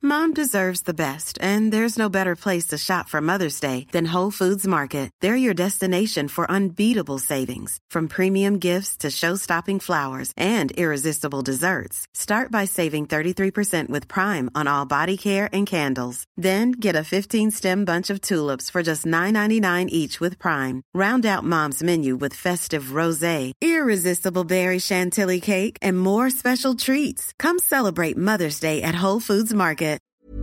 Mom deserves the best, and there's no better place to shop for Mother's Day than Whole Foods Market. They're your destination for unbeatable savings, from premium gifts to show-stopping flowers and irresistible desserts. Start by saving 33% with Prime on all body care and candles. Then get a 15-stem bunch of tulips for just $9.99 each with Prime. Round out Mom's menu with festive rosé, irresistible berry chantilly cake, and more special treats. Come celebrate Mother's Day at Whole Foods Market.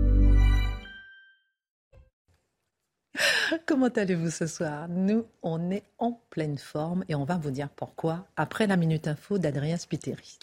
Comment allez-vous ce soir ? Nous, on est en pleine forme et on va vous dire pourquoi après la Minute Info d'Adrien Spiteri.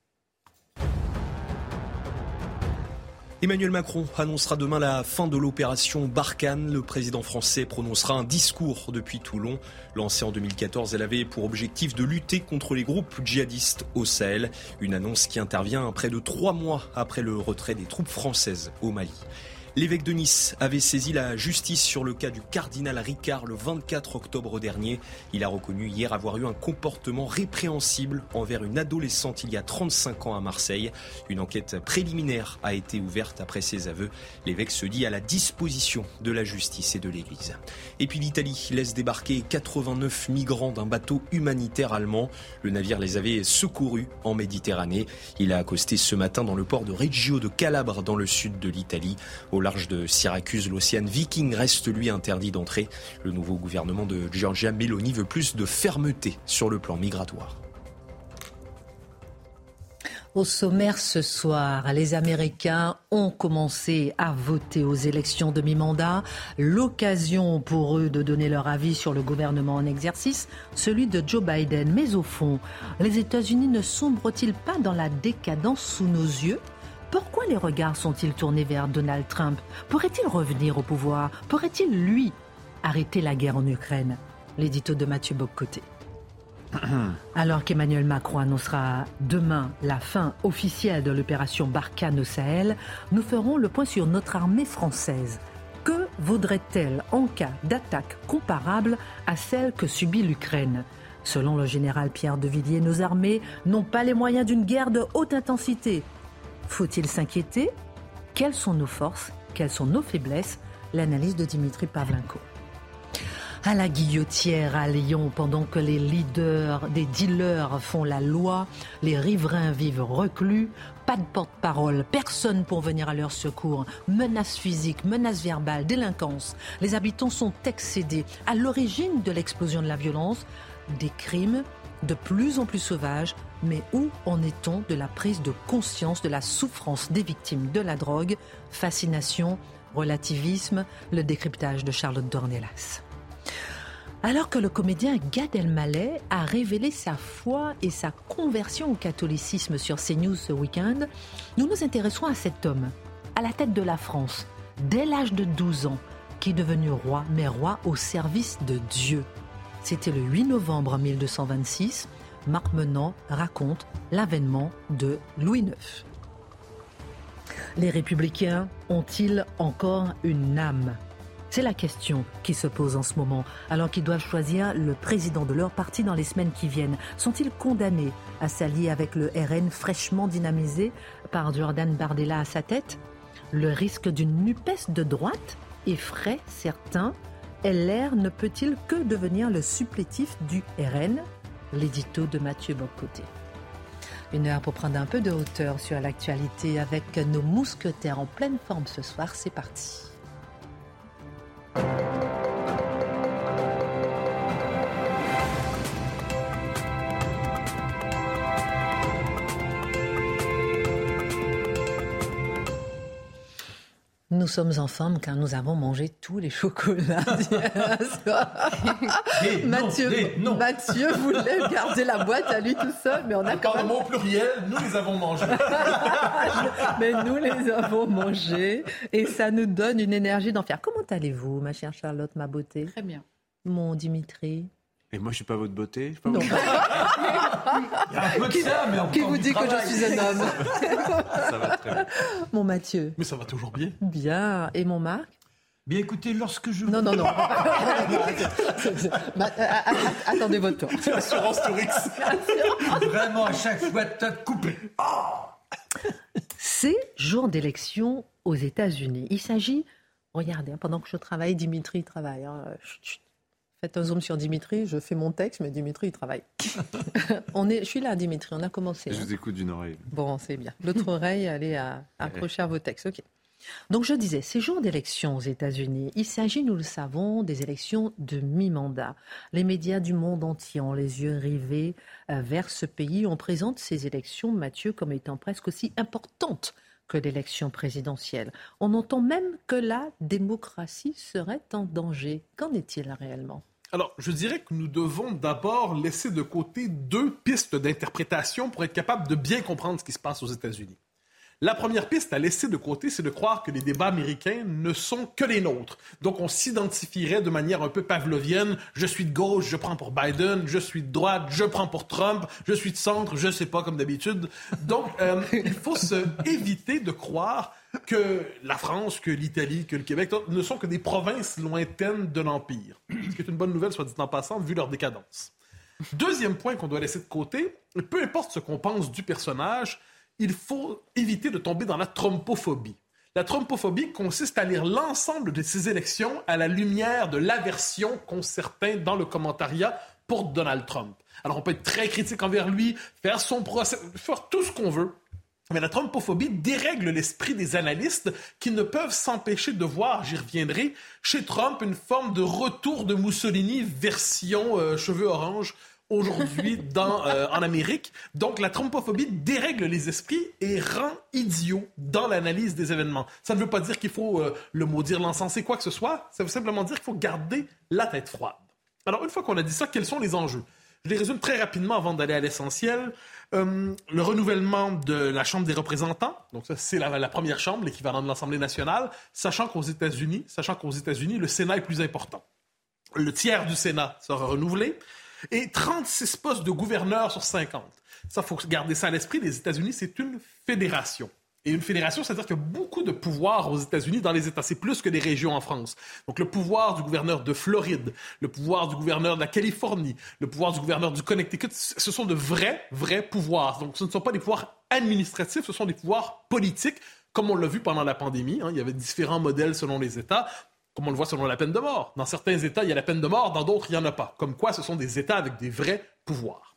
Emmanuel Macron annoncera demain la fin de l'opération Barkhane. Le président français prononcera un discours depuis Toulon. Lancée en 2014, elle avait pour objectif de lutter contre les groupes djihadistes au Sahel. Une annonce qui intervient près de 3 mois après le retrait des troupes françaises au Mali. L'évêque de Nice avait saisi la justice sur le cas du cardinal Ricard le 24 octobre dernier. Il a reconnu hier avoir eu un comportement répréhensible envers une adolescente il y a 35 ans à Marseille. Une enquête préliminaire a été ouverte après ses aveux. L'évêque se dit à la disposition de la justice et de l'Église. Et puis l'Italie laisse débarquer 89 migrants d'un bateau humanitaire allemand. Le navire les avait secourus en Méditerranée. Il a accosté ce matin dans le port de Reggio de Calabre dans le sud de l'Italie. Au large de Syracuse, l'Océan Viking reste lui interdit d'entrée. Le nouveau gouvernement de Giorgia Meloni veut plus de fermeté sur le plan migratoire. Au sommaire ce soir, les Américains ont commencé à voter aux élections de mi-mandat. L'occasion pour eux de donner leur avis sur le gouvernement en exercice, celui de Joe Biden. Mais au fond, les États-Unis ne sombrent-ils pas dans la décadence sous nos yeux ? Pourquoi les regards sont-ils tournés vers Donald Trump ? Pourrait-il revenir au pouvoir ? Pourrait-il, lui, arrêter la guerre en Ukraine ? L'édito de Mathieu Boccoté. Alors qu'Emmanuel Macron annoncera demain la fin officielle de l'opération Barkhane au Sahel, nous ferons le point sur notre armée française. Que vaudrait-elle en cas d'attaque comparable à celle que subit l'Ukraine ? Selon le général Pierre de Villiers, nos armées n'ont pas les moyens d'une guerre de haute intensité. Faut-il s'inquiéter ? Quelles sont nos forces ? Quelles sont nos faiblesses ? L'analyse de Dimitri Pavlenko. À la guillotière à Lyon, pendant que les leaders des dealers font la loi, les riverains vivent reclus, pas de porte-parole, personne pour venir à leur secours, menaces physiques, menaces verbales, délinquance. Les habitants sont excédés. À l'origine de l'explosion de la violence, des crimes de plus en plus sauvages. Mais où en est-on de la prise de conscience de la souffrance des victimes de la drogue ? Fascination, relativisme, le décryptage de Charlotte Dornelas. Alors que le comédien Gad Elmaleh a révélé sa foi et sa conversion au catholicisme sur CNews ce week-end, nous nous intéressons à cet homme, à la tête de la France, dès l'âge de 12 ans, qui est devenu roi, mais roi au service de Dieu. C'était le 8 novembre 1226. Marc Menant raconte l'avènement de Louis IX. Les républicains ont-ils encore une âme ? C'est la question qui se pose en ce moment, alors qu'ils doivent choisir le président de leur parti dans les semaines qui viennent. Sont-ils condamnés à s'allier avec le RN fraîchement dynamisé par Jordan Bardella à sa tête ? Le risque d'une NUPES de droite effraie certains. LR ne peut-il que devenir le supplétif du RN ? L'édito de Mathieu Boccoté. 1 heure pour prendre un peu de hauteur sur l'actualité avec nos mousquetaires en pleine forme ce soir. C'est parti. Nous sommes en forme car nous avons mangé tous les chocolats d'hier soir. Mathieu voulait garder la boîte à lui tout seul, mais on a quand même... Au pluriel, nous les avons mangés. Mais nous les avons mangés et ça nous donne une énergie d'enfer. Comment allez-vous, ma chère Charlotte, ma beauté ? Très bien. Mon Dimitri ? Et moi, je suis pas votre beauté. Non. Il y a un peu de ça, mais qui vous dit que je suis un homme ? Ça va très bien. Mon Mathieu ? Mais ça va toujours bien. Bien. Et mon Marc ? Bien, écoutez, lorsque je... Non. Attendez votre tour. Assurance Tourix. Vraiment, à chaque fois, t'as coupé. Ces jours d'élection aux États-Unis. Il s'agit, regardez, pendant que je travaille, Dimitri travaille. Faites un zoom sur Dimitri, je fais mon texte, mais Dimitri, il travaille. Je suis là, Dimitri, on a commencé. Je vous écoute d'une oreille. Bon, c'est bien. L'autre oreille, allez accrocher à vos textes. OK. Donc, je disais, ces jours d'élections aux États-Unis, il s'agit, nous le savons, des élections de mi-mandat. Les médias du monde entier ont les yeux rivés vers ce pays. On présente ces élections, Mathieu, comme étant presque aussi importantes que l'élection présidentielle. On entend même que la démocratie serait en danger. Qu'en est-il réellement ? Alors, je dirais que nous devons d'abord laisser de côté deux pistes d'interprétation pour être capable de bien comprendre ce qui se passe aux États-Unis. La première piste à laisser de côté, c'est de croire que les débats américains ne sont que les nôtres. Donc, on s'identifierait de manière un peu pavlovienne. Je suis de gauche, je prends pour Biden. Je suis de droite, je prends pour Trump. Je suis de centre, je sais pas, comme d'habitude. Donc, il faut éviter de croire que la France, que l'Italie, que le Québec ne sont que des provinces lointaines de l'Empire. Ce qui est une bonne nouvelle, soit dit en passant, vu leur décadence. Deuxième point qu'on doit laisser de côté, peu importe ce qu'on pense du personnage, il faut éviter de tomber dans la trumpophobie. La trumpophobie consiste à lire l'ensemble de ces élections à la lumière de l'aversion qu'ont certains dans le commentariat pour Donald Trump. Alors, on peut être très critique envers lui, faire son procès, faire tout ce qu'on veut, mais la trumpophobie dérègle l'esprit des analystes qui ne peuvent s'empêcher de voir, j'y reviendrai, chez Trump une forme de retour de Mussolini version cheveux orange, aujourd'hui en Amérique. Donc, la trumpophobie dérègle les esprits et rend idiots dans l'analyse des événements. Ça ne veut pas dire qu'il faut le maudire, l'encenser, quoi que ce soit. Ça veut simplement dire qu'il faut garder la tête froide. Alors, une fois qu'on a dit ça, quels sont les enjeux? Je les résume très rapidement avant d'aller à l'essentiel. Le renouvellement de la Chambre des représentants, donc ça, c'est la première chambre, l'équivalent de l'Assemblée nationale, sachant qu'aux États-Unis, le Sénat est plus important. Le tiers du Sénat sera renouvelé. Et 36 postes de gouverneurs sur 50. Ça, il faut garder ça à l'esprit. Les États-Unis, c'est une fédération. Et une fédération, c'est-à-dire qu'il y a beaucoup de pouvoir aux États-Unis dans les États. C'est plus que des régions en France. Donc, le pouvoir du gouverneur de Floride, le pouvoir du gouverneur de la Californie, le pouvoir du gouverneur du Connecticut, ce sont de vrais pouvoirs. Donc, ce ne sont pas des pouvoirs administratifs, ce sont des pouvoirs politiques, comme on l'a vu pendant la pandémie. Il y avait différents modèles selon les États. Comme on le voit selon la peine de mort. Dans certains États, il y a la peine de mort, dans d'autres, il n'y en a pas. Comme quoi, ce sont des États avec des vrais pouvoirs.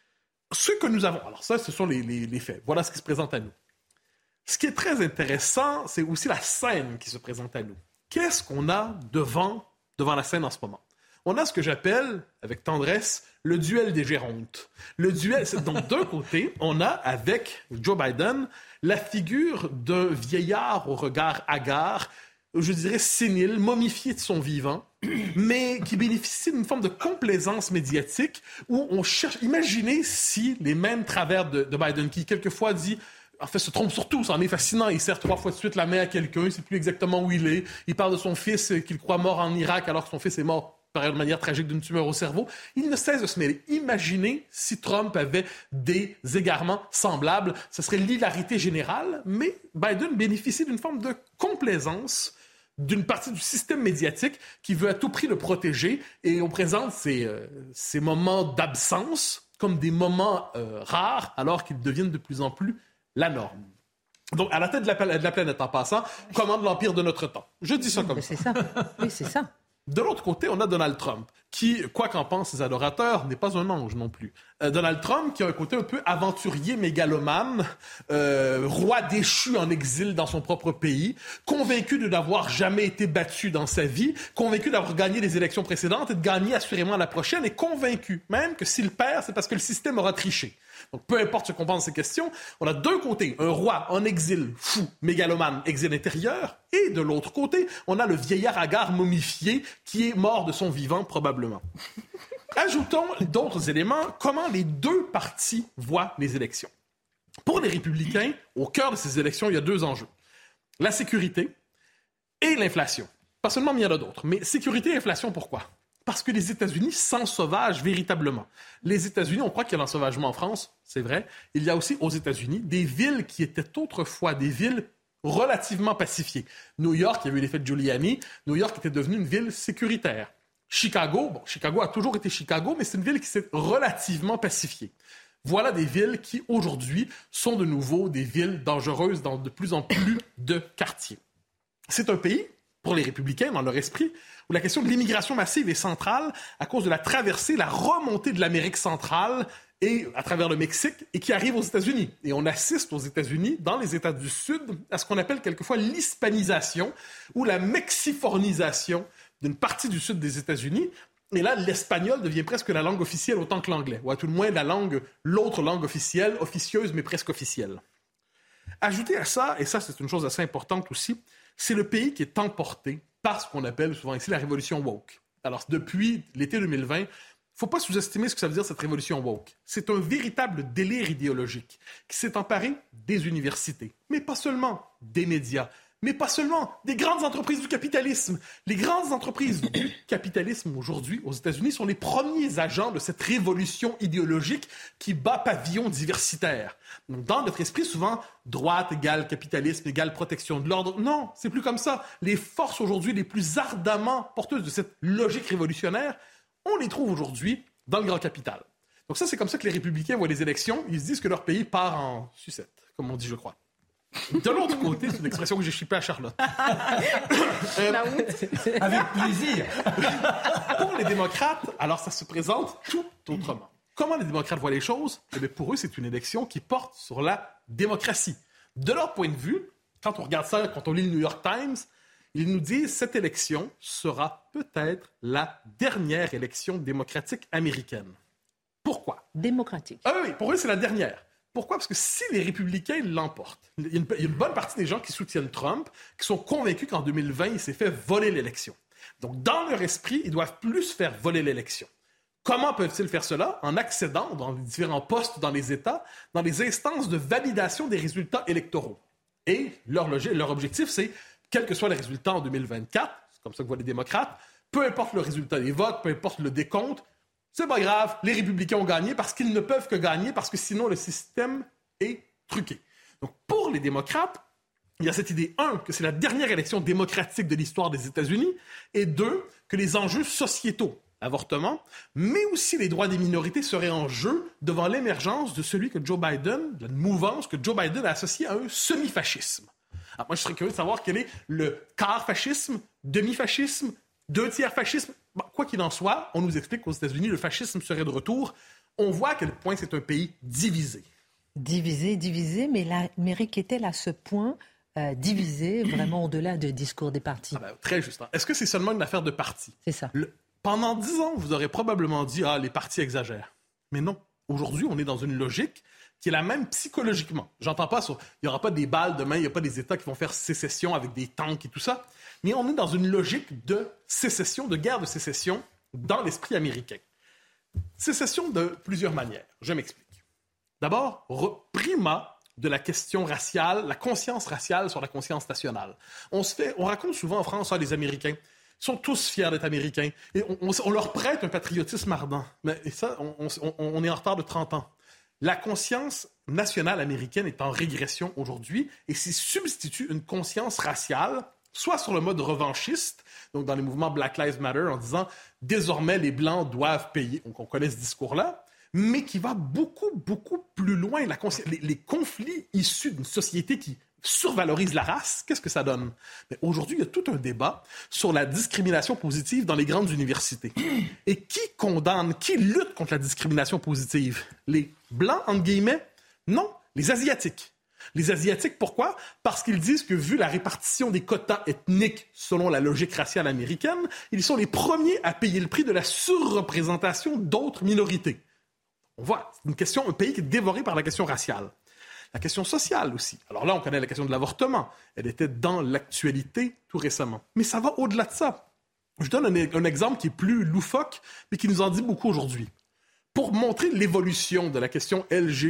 Ce que nous avons, alors ça, ce sont les faits. Voilà ce qui se présente à nous. Ce qui est très intéressant, c'est aussi la scène qui se présente à nous. Qu'est-ce qu'on a devant la scène en ce moment? On a ce que j'appelle, avec tendresse, le duel des gérontes. Le duel, c'est donc d'un côté, on a avec Joe Biden la figure d'un vieillard au regard hagard, je dirais sénile, momifié de son vivant, mais qui bénéficie d'une forme de complaisance médiatique où on cherche... Imaginez si les mêmes travers de Biden, qui quelquefois dit... En fait, se trompe sur tout, ça en est fascinant. Il serre 3 fois de suite la main à quelqu'un, il ne sait plus exactement où il est. Il parle de son fils qu'il croit mort en Irak alors que son fils est mort de manière tragique d'une tumeur au cerveau. Il ne cesse de se mêler. Imaginez si Trump avait des égarements semblables. Ce serait l'hilarité générale, mais Biden bénéficie d'une forme de complaisance d'une partie du système médiatique qui veut à tout prix le protéger. Et on présente ces moments d'absence comme des moments rares alors qu'ils deviennent de plus en plus la norme. Donc, à la tête de la planète en passant, commande l'empire de notre temps. Je dis ça comme ça. C'est ça. Oui, c'est ça. De l'autre côté, on a Donald Trump, qui, quoi qu'en pensent ses adorateurs, n'est pas un ange non plus. Donald Trump, qui a un côté un peu aventurier, mégalomane, roi déchu en exil dans son propre pays, convaincu de n'avoir jamais été battu dans sa vie, convaincu d'avoir gagné les élections précédentes et de gagner assurément la prochaine, et convaincu même que s'il perd, c'est parce que le système aura triché. Donc, peu importe ce qu'on pense de ces questions, on a d'un côté un roi en exil, fou, mégalomane, exil intérieur, et de l'autre côté, on a le vieillard hagard momifié qui est mort de son vivant, probablement. Ajoutons d'autres éléments, comment les deux partis voient les élections. Pour les républicains, au cœur de ces élections, il y a 2 enjeux. La sécurité et l'inflation. Pas seulement, mais il y en a d'autres. Mais sécurité et inflation, pourquoi? Parce que les États-Unis s'ensauvagent véritablement. Les États-Unis, on croit qu'il y a l'ensauvagement en France, c'est vrai. Il y a aussi aux États-Unis des villes qui étaient autrefois des villes relativement pacifiées. New York, il y a eu l'effet de Giuliani. New York était devenue une ville sécuritaire. Chicago a toujours été Chicago, mais c'est une ville qui s'est relativement pacifiée. Voilà des villes qui, aujourd'hui, sont de nouveau des villes dangereuses dans de plus en plus de quartiers. C'est un pays, pour les républicains, dans leur esprit, où la question de l'immigration massive est centrale à cause de la traversée, la remontée de l'Amérique centrale et à travers le Mexique, et qui arrive aux États-Unis. Et on assiste aux États-Unis, dans les États du Sud, à ce qu'on appelle quelquefois l'hispanisation ou la mexifornisation d'une partie du sud des États-Unis. Et là, l'espagnol devient presque la langue officielle autant que l'anglais, ou à tout le moins l'autre langue officielle, officieuse mais presque officielle. Ajouté à ça, et ça c'est une chose assez importante aussi, c'est le pays qui est emporté par ce qu'on appelle souvent ici la révolution woke. Alors depuis l'été 2020, il ne faut pas sous-estimer ce que ça veut dire cette révolution woke. C'est un véritable délire idéologique qui s'est emparé des universités, mais pas seulement des médias, mais pas seulement des grandes entreprises du capitalisme. Les grandes entreprises du capitalisme aujourd'hui aux États-Unis sont les premiers agents de cette révolution idéologique qui bat pavillon diversitaire. Donc, dans notre esprit, souvent, droite égale capitalisme égale protection de l'ordre. Non, c'est plus comme ça. Les forces aujourd'hui les plus ardemment porteuses de cette logique révolutionnaire, on les trouve aujourd'hui dans le grand capital. Donc ça, c'est comme ça que les républicains voient les élections. Ils se disent que leur pays part en sucette, comme on dit, je crois. De l'autre côté, c'est une expression que j'ai chippée à Charlotte. Avec plaisir. Pour les démocrates, alors ça se présente tout autrement. Comment les démocrates voient les choses? Eh bien, pour eux, c'est une élection qui porte sur la démocratie. De leur point de vue, quand on regarde ça, quand on lit le New York Times, ils nous disent que cette élection sera peut-être la dernière élection démocratique américaine. Pourquoi? Démocratique. Ah oui, pour eux, c'est la dernière. Pourquoi? Parce que si les républicains l'emportent, il y a une bonne partie des gens qui soutiennent Trump, qui sont convaincus qu'en 2020, il s'est fait voler l'élection. Donc, dans leur esprit, ils doivent plus faire voler l'élection. Comment peuvent-ils faire cela? En accédant dans les différents postes dans les États, dans les instances de validation des résultats électoraux. Et leur objectif, c'est, quels que soient les résultats en 2024, c'est comme ça que voient les démocrates, peu importe le résultat des votes, peu importe le décompte, c'est pas grave, les républicains ont gagné parce qu'ils ne peuvent que gagner, parce que sinon le système est truqué. Donc pour les démocrates, il y a cette idée, 1, que c'est la dernière élection démocratique de l'histoire des États-Unis, et 2, que les enjeux sociétaux, avortement, mais aussi les droits des minorités seraient en jeu devant l'émergence de celui que Joe Biden, de la mouvance que Joe Biden a associée à un semi-fascisme. Alors moi, je serais curieux de savoir quel est le quart fascisme, demi-fascisme, 2/3 fascisme. Bon, quoi qu'il en soit, on nous explique qu'aux États-Unis, le fascisme serait de retour. On voit à quel point c'est un pays divisé. Divisé, mais l'Amérique est-elle à ce point divisée, vraiment au-delà du discours des partis? Très juste. Est-ce que c'est seulement une affaire de partis? C'est ça. Pendant 10 ans, vous aurez probablement dit « Ah, les partis exagèrent ». Mais non. Aujourd'hui, on est dans une logique qui est la même psychologiquement. J'entends pas il n'y aura pas des balles demain, il n'y a pas des États qui vont faire sécession avec des tanks et tout ça. Mais on est dans une logique de sécession, de guerre de sécession dans l'esprit américain. Sécession de plusieurs manières. Je m'explique. D'abord, primat de la question raciale, la conscience raciale sur la conscience nationale. On raconte souvent en France, les Américains sont tous fiers d'être Américains. Et on leur prête un patriotisme ardent. Mais ça, on est en retard de 30 ans. La conscience nationale américaine est en régression aujourd'hui et s'y substitue une conscience raciale, soit sur le mode revanchiste, donc dans les mouvements Black Lives Matter, en disant « désormais les Blancs doivent payer ». Donc on connaît ce discours-là, mais qui va beaucoup, beaucoup plus loin. Les conflits issus d'une société qui survalorise la race, qu'est-ce que ça donne? Mais aujourd'hui, il y a tout un débat sur la discrimination positive dans les grandes universités. Et qui condamne, qui lutte contre la discrimination positive? Les Blancs, entre guillemets? Non, les Asiatiques. Les Asiatiques, pourquoi? Parce qu'ils disent que, vu la répartition des quotas ethniques selon la logique raciale américaine, ils sont les premiers à payer le prix de la surreprésentation d'autres minorités. On voit, c'est un pays qui est dévoré par la question raciale. La question sociale aussi. Alors là, on connaît la question de l'avortement. Elle était dans l'actualité tout récemment. Mais ça va au-delà de ça. Je donne un exemple qui est plus loufoque, mais qui nous en dit beaucoup aujourd'hui. Pour montrer l'évolution de la question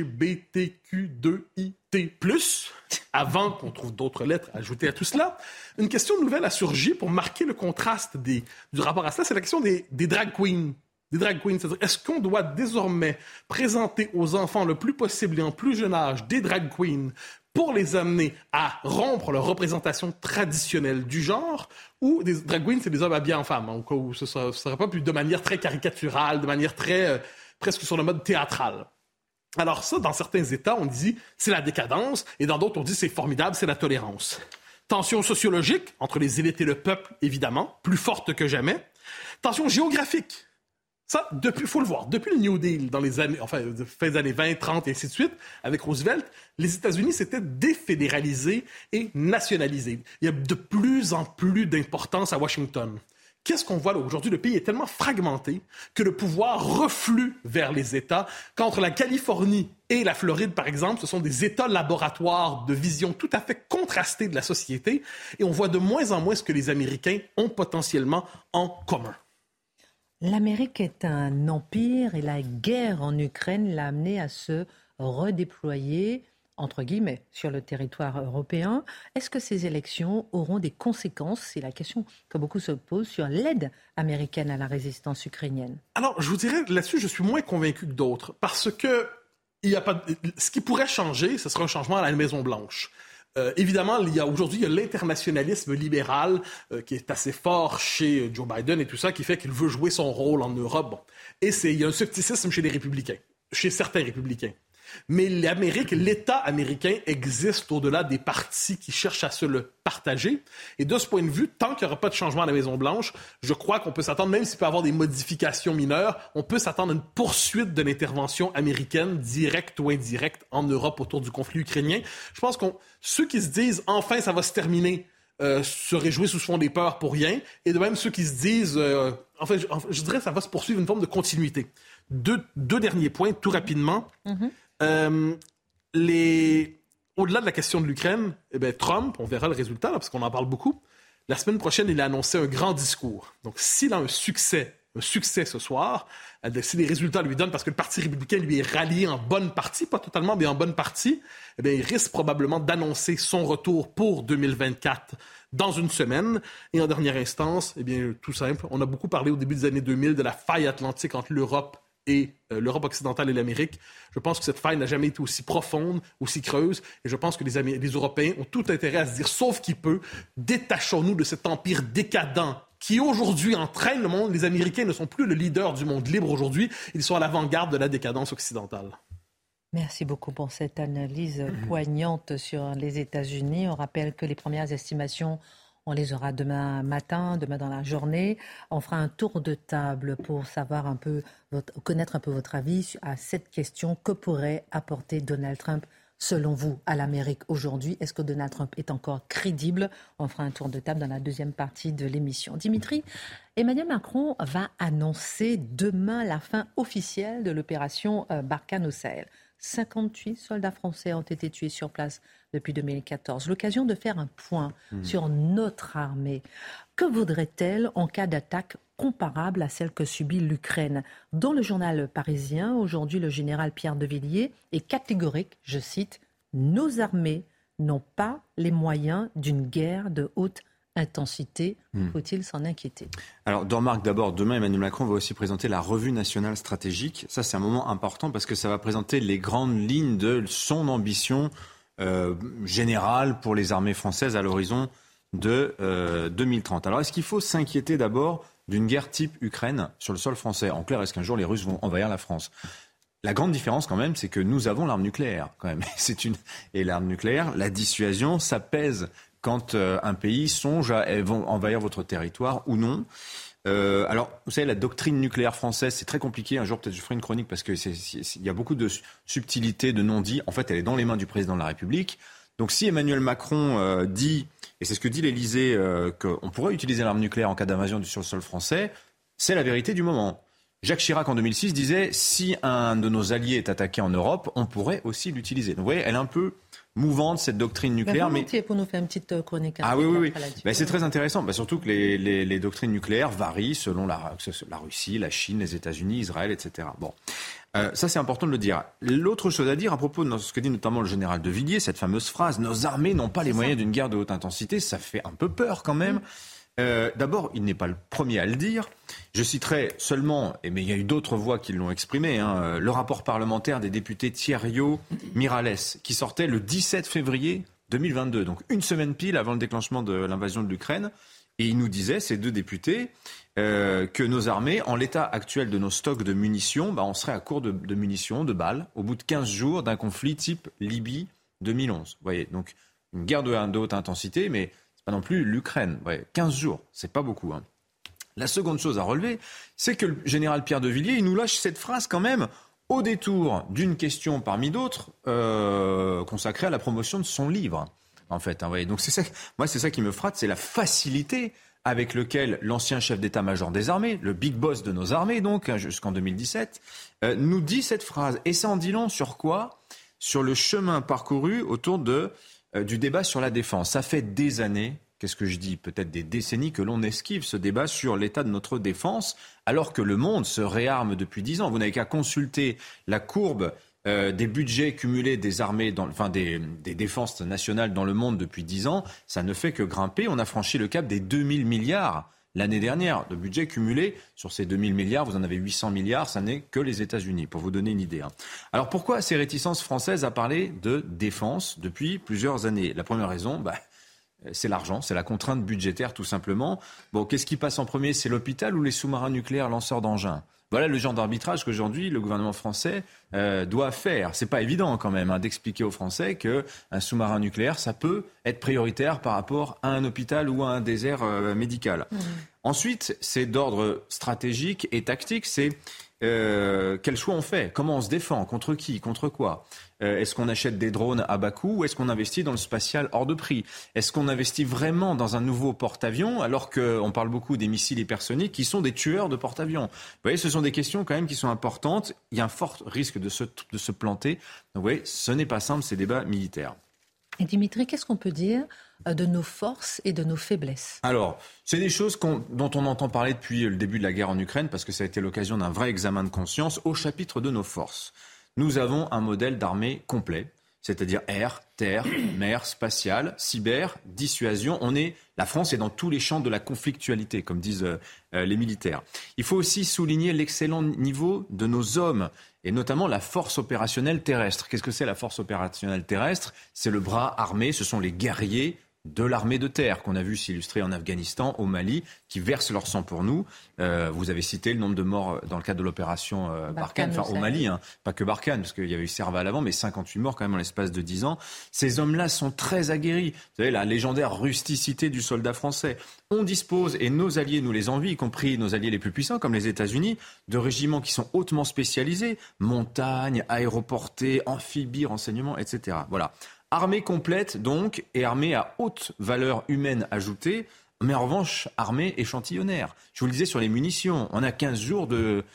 LGBTQ2IT+, avant qu'on trouve d'autres lettres ajoutées à tout cela, une question nouvelle a surgi pour marquer le contraste du rapport à cela. C'est la question des drag queens. Des drag queens, c'est-à-dire, est-ce qu'on doit désormais présenter aux enfants le plus possible et en plus jeune âge des drag queens pour les amener à rompre leur représentation traditionnelle du genre, ou des drag queens, c'est des hommes habillés en femmes, en cas où ce ne serait pas plus de manière très caricaturale, de manière très presque sur le mode théâtral. Alors ça, dans certains États, on dit c'est la décadence, et dans d'autres, on dit c'est formidable, c'est la tolérance. Tension sociologique entre les élites et le peuple, évidemment, plus forte que jamais. Tension géographique. Ça, il faut le voir, depuis le New Deal, dans les années, fin des années 20, 30 et ainsi de suite, avec Roosevelt, les États-Unis s'étaient défédéralisés et nationalisés. Il y a de plus en plus d'importance à Washington. Qu'est-ce qu'on voit là aujourd'hui? Le pays est tellement fragmenté que le pouvoir reflue vers les États. Qu'entre la Californie et la Floride, par exemple, ce sont des États laboratoires de vision tout à fait contrastée de la société. Et on voit de moins en moins ce que les Américains ont potentiellement en commun. L'Amérique est un empire et la guerre en Ukraine l'a amené à se redéployer, entre guillemets, sur le territoire européen. Est-ce que ces élections auront des conséquences? C'est la question que beaucoup se posent sur l'aide américaine à la résistance ukrainienne. Alors, je vous dirais, là-dessus, je suis moins convaincu que d'autres, parce que ce qui pourrait changer, ce serait un changement à la Maison-Blanche. Évidemment, aujourd'hui, il y a l'internationalisme libéral qui est assez fort chez Joe Biden et tout ça, qui fait qu'il veut jouer son rôle en Europe. Bon. Et il y a un scepticisme chez les républicains, chez certains républicains. Mais l'État américain existe au-delà des partis qui cherchent à se le partager. Et de ce point de vue, tant qu'il n'y aura pas de changement à la Maison-Blanche, je crois qu'on peut s'attendre, même s'il peut y avoir des modifications mineures, on peut s'attendre à une poursuite de l'intervention américaine, directe ou indirecte, en Europe autour du conflit ukrainien. Je pense que ceux qui se disent « enfin, ça va se terminer », se réjouissent ou se font des peurs pour rien. Et de même, ceux qui se disent je dirais que ça va se poursuivre une forme de continuité. Deux derniers points, tout rapidement. Au-delà de la question de l'Ukraine, Trump, on verra le résultat, là, parce qu'on en parle beaucoup. La semaine prochaine, il a annoncé un grand discours. Donc, s'il a un succès ce soir, si les résultats lui donnent, parce que le Parti républicain lui est rallié en bonne partie, pas totalement, mais en bonne partie, il risque probablement d'annoncer son retour pour 2024 dans une semaine. Et en dernière instance, tout simple, on a beaucoup parlé au début des années 2000 de la faille atlantique entre l'Europe occidentale et l'Amérique. Je pense que cette faille n'a jamais été aussi profonde, aussi creuse, et je pense que les Européens ont tout intérêt à se dire, sauf qui peut, détachons-nous de cet empire décadent qui aujourd'hui entraîne le monde. Les Américains ne sont plus le leader du monde libre aujourd'hui, ils sont à l'avant-garde de la décadence occidentale. Merci beaucoup pour cette analyse poignante sur les États-Unis. On rappelle que les premières estimations, on les aura demain matin, demain dans la journée. On fera un tour de table pour savoir connaître un peu votre avis à cette question. Que pourrait apporter Donald Trump, selon vous, à l'Amérique aujourd'hui? Est-ce que Donald Trump est encore crédible? On fera un tour de table dans la deuxième partie de l'émission. Dimitri, Emmanuel Macron va annoncer demain la fin officielle de l'opération Barkhane au Sahel. 58 soldats français ont été tués sur place depuis 2014. L'occasion de faire un point sur notre armée. Que vaudrait-elle en cas d'attaque comparable à celle que subit l'Ukraine? Dans le journal Parisien, aujourd'hui, le général Pierre de Villiers est catégorique, je cite, « Nos armées n'ont pas les moyens d'une guerre de haute intensité. » Faut-il s'en inquiéter? Alors, deux remarques. D'abord, demain, Emmanuel Macron va aussi présenter la revue nationale stratégique. Ça, c'est un moment important parce que ça va présenter les grandes lignes de son ambition générale pour les armées françaises à l'horizon de 2030. Alors, est-ce qu'il faut s'inquiéter d'abord d'une guerre type Ukraine sur le sol français? En clair, est-ce qu'un jour les Russes vont envahir la France? La grande différence quand même, c'est que nous avons l'arme nucléaire quand même. Et l'arme nucléaire, la dissuasion, ça pèse quand un pays songe à envahir votre territoire ou non. Alors, vous savez, la doctrine nucléaire française, c'est très compliqué. Un jour, peut-être, je ferai une chronique parce que il y a beaucoup de subtilités, de non-dits. En fait, elle est dans les mains du président de la République. Donc, si Emmanuel Macron dit, et c'est ce que dit l'Élysée, qu'on pourrait utiliser l'arme nucléaire en cas d'invasion sur le sol français, c'est la vérité du moment. Jacques Chirac, en 2006, disait, si un de nos alliés est attaqué en Europe, on pourrait aussi l'utiliser. Donc, vous voyez, elle est un peu mouvante, cette doctrine nucléaire. Mais pour nous faire une petite chronique. Ah oui. C'est très intéressant. Surtout que les doctrines nucléaires varient selon la Russie, la Chine, les États-Unis, Israël, etc. Bon, ça c'est important de le dire. L'autre chose à dire à propos de ce que dit notamment le général de Villiers, cette fameuse phrase « Nos armées n'ont pas les moyens d'une guerre de haute intensité », ça fait un peu peur quand même. D'abord, il n'est pas le premier à le dire. Je citerai seulement, mais il y a eu d'autres voix qui l'ont exprimé, le rapport parlementaire des députés Thierriot, Miralles, qui sortait le 17 février 2022, donc une semaine pile avant le déclenchement de l'invasion de l'Ukraine. Et ils nous disaient, ces 2 députés, que nos armées, en l'état actuel de nos stocks de munitions, on serait à court de munitions, de balles, au bout de 15 jours d'un conflit type Libye 2011. Vous voyez, donc une guerre de haute intensité, mais c'est pas non plus l'Ukraine. Vous voyez, 15 jours, c'est pas beaucoup. La seconde chose à relever, c'est que le général Pierre de Villiers, il nous lâche cette phrase quand même au détour d'une question parmi d'autres consacrée à la promotion de son livre. En fait, vous voyez. Donc c'est ça qui me frappe, c'est la facilité avec lequel l'ancien chef d'état-major des armées, le big boss de nos armées, donc jusqu'en 2017, nous dit cette phrase. Et ça en dit long sur quoi ? Sur le chemin parcouru autour du débat sur la défense. Ça fait des années, qu'est-ce que je dis ? Peut-être des décennies que l'on esquive ce débat sur l'état de notre défense, alors que le monde se réarme depuis 10 ans. Vous n'avez qu'à consulter la courbe des budgets cumulés des armées, des défenses nationales dans le monde depuis 10 ans, ça ne fait que grimper. On a franchi le cap des 2000 milliards l'année dernière de budget cumulé. Sur ces 2000 milliards, vous en avez 800 milliards, ça n'est que les États-Unis, pour vous donner une idée. Alors pourquoi ces réticences françaises à parler de défense depuis plusieurs années ? La première raison, c'est l'argent, c'est la contrainte budgétaire tout simplement. Bon, qu'est-ce qui passe en premier ? C'est l'hôpital ou les sous-marins nucléaires lanceurs d'engins ? Voilà le genre d'arbitrage qu'aujourd'hui le gouvernement français doit faire. C'est pas évident quand même d'expliquer aux Français qu'un sous-marin nucléaire, ça peut être prioritaire par rapport à un hôpital ou à un désert médical. Ensuite, c'est d'ordre stratégique et tactique, c'est quel choix on fait ? Comment on se défend ? Contre qui ? Contre quoi ? Est-ce qu'on achète des drones à bas coût ou est-ce qu'on investit dans le spatial hors de prix ? Est-ce qu'on investit vraiment dans un nouveau porte-avions alors qu'on parle beaucoup des missiles hypersoniques qui sont des tueurs de porte-avions ? Vous voyez, ce sont des questions quand même qui sont importantes. Il y a un fort risque de se planter. Donc vous voyez, ce n'est pas simple ces débats militaires. Et Dimitri, qu'est-ce qu'on peut dire de nos forces et de nos faiblesses ? Alors, c'est des choses dont on entend parler depuis le début de la guerre en Ukraine parce que ça a été l'occasion d'un vrai examen de conscience au chapitre de nos forces. Nous avons un modèle d'armée complet, c'est-à-dire air, terre, mer, spatial, cyber, dissuasion. La France est dans tous les champs de la conflictualité, comme disent les militaires. Il faut aussi souligner l'excellent niveau de nos hommes, et notamment la force opérationnelle terrestre. Qu'est-ce que c'est la force opérationnelle terrestre ? C'est le bras armé, ce sont les guerriers de l'armée de terre qu'on a vu s'illustrer en Afghanistan, au Mali, qui versent leur sang pour nous. Vous avez cité le nombre de morts dans le cadre de l'opération Barkhane, au Mali, pas que Barkhane, parce qu'il y avait eu Serval avant, mais 58 morts quand même en l'espace de 10 ans. Ces hommes-là sont très aguerris. Vous savez, la légendaire rusticité du soldat français. On dispose, et nos alliés nous les envient, y compris nos alliés les plus puissants, comme les États-Unis, de régiments qui sont hautement spécialisés, montagne, aéroportée, amphibie, renseignement, etc. Voilà. Armée complète, donc, et armée à haute valeur humaine ajoutée, mais en revanche, armée échantillonnaire. Je vous le disais sur les munitions, on a 15 jours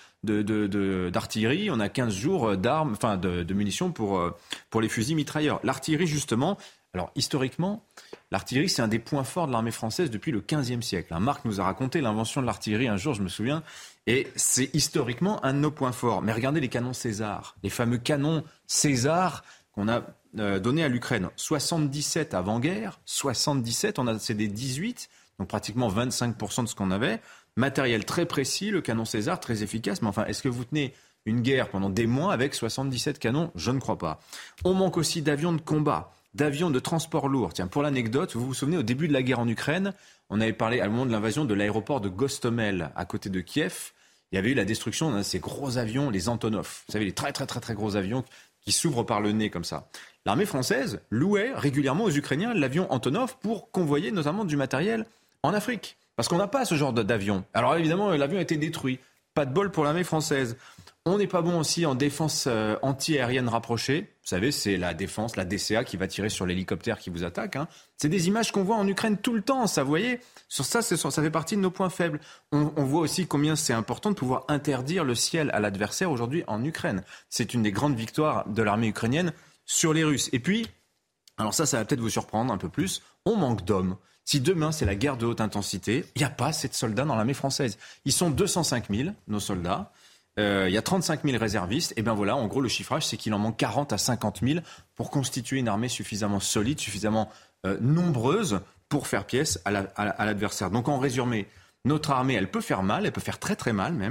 d'artillerie, on a 15 jours de munitions pour les fusils mitrailleurs. L'artillerie, justement, alors historiquement, l'artillerie, c'est un des points forts de l'armée française depuis le XVe siècle. Marc nous a raconté l'invention de l'artillerie un jour, je me souviens, et c'est historiquement un de nos points forts. Mais regardez les canons César, les fameux canons César qu'on a donné à l'Ukraine. 77 avant-guerre, 77, on a cédé 18, donc pratiquement 25% de ce qu'on avait. Matériel très précis, le canon César, très efficace. Mais enfin, est-ce que vous tenez une guerre pendant des mois avec 77 canons ? Je ne crois pas. On manque aussi d'avions de combat, d'avions de transport lourd. Tiens, pour l'anecdote, vous vous souvenez, au début de la guerre en Ukraine, on avait parlé, à un moment de l'invasion, de l'aéroport de Gostomel, à côté de Kiev. Il y avait eu la destruction d'un de ces gros avions, les Antonov. Vous savez, les très, très, très, très gros avions qui s'ouvrent par le nez comme ça. L'armée française louait régulièrement aux Ukrainiens l'avion Antonov pour convoyer notamment du matériel en Afrique. Parce qu'on n'a pas ce genre d'avion. Alors évidemment, l'avion a été détruit. Pas de bol pour l'armée française. On n'est pas bon aussi en défense anti-aérienne rapprochée. Vous savez, c'est la défense, la DCA qui va tirer sur l'hélicoptère qui vous attaque. C'est des images qu'on voit en Ukraine tout le temps, ça, vous voyez. Sur ça, ça fait partie de nos points faibles. On voit aussi combien c'est important de pouvoir interdire le ciel à l'adversaire aujourd'hui en Ukraine. C'est une des grandes victoires de l'armée ukrainienne sur les Russes. Et puis, alors ça va peut-être vous surprendre un peu plus, on manque d'hommes. Si demain c'est la guerre de haute intensité, il n'y a pas assez de soldats dans l'armée française. Ils sont 205 000, nos soldats. Il y a 35 000 réservistes. Et bien voilà, en gros, le chiffrage, c'est qu'il en manque 40 à 50 000 pour constituer une armée suffisamment solide, suffisamment nombreuse pour faire pièce à l'adversaire. Donc en résumé, notre armée, elle peut faire mal, elle peut faire très très mal même.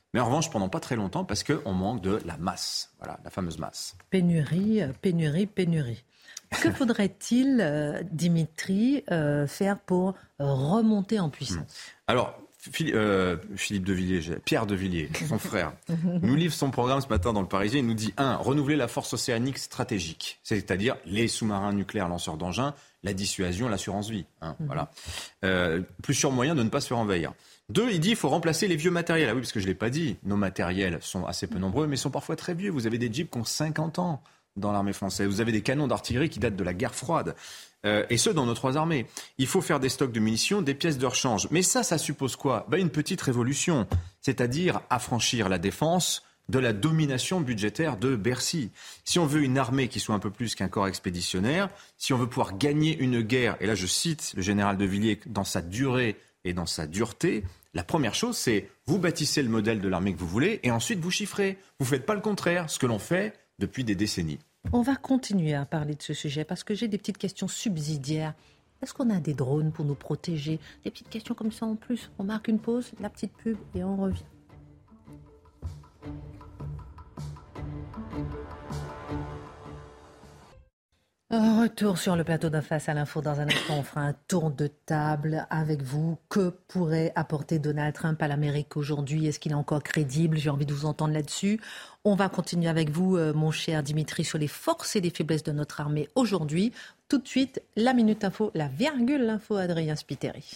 Mais en revanche, pendant pas très longtemps, parce qu'on manque de la masse. Voilà, la fameuse masse. Pénurie. Que faudrait-il, Dimitri, faire pour remonter en puissance ? Alors, Philippe de Villiers, Pierre de Villiers, son frère, nous livre son programme ce matin dans Le Parisien. Il nous dit 1. Renouveler la force océanique stratégique, c'est-à-dire les sous-marins nucléaires lanceurs d'engins, la dissuasion, l'assurance vie. Voilà. Plus sûr moyen de ne pas se faire envahir. 2, il dit qu'il faut remplacer les vieux matériels. Ah oui, parce que je ne l'ai pas dit. Nos matériels sont assez peu nombreux, mais sont parfois très vieux. Vous avez des jeeps qui ont 50 ans dans l'armée française. Vous avez des canons d'artillerie qui datent de la guerre froide. Et ce, dans nos 3 armées. Il faut faire des stocks de munitions, des pièces de rechange. Mais ça suppose quoi ? Une petite révolution. C'est-à-dire affranchir la défense de la domination budgétaire de Bercy. Si on veut une armée qui soit un peu plus qu'un corps expéditionnaire, si on veut pouvoir gagner une guerre, et là je cite le général de Villiers dans sa durée et dans sa dureté, la première chose c'est vous bâtissez le modèle de l'armée que vous voulez et ensuite vous chiffrez. Vous ne faites pas le contraire, ce que l'on fait depuis des décennies. On va continuer à parler de ce sujet parce que j'ai des petites questions subsidiaires. Est-ce qu'on a des drones pour nous protéger ? Des petites questions comme ça en plus. On marque une pause, la petite pub et on revient. Retour sur le plateau d'En Face à l'info. Dans un instant, on fera un tour de table avec vous. Que pourrait apporter Donald Trump à l'Amérique aujourd'hui ? Est-ce qu'il est encore crédible ? J'ai envie de vous entendre là-dessus. On va continuer avec vous, mon cher Dimitri, sur les forces et les faiblesses de notre armée aujourd'hui. Tout de suite, la Minute Info, la virgule l'info, Adrien Spiteri.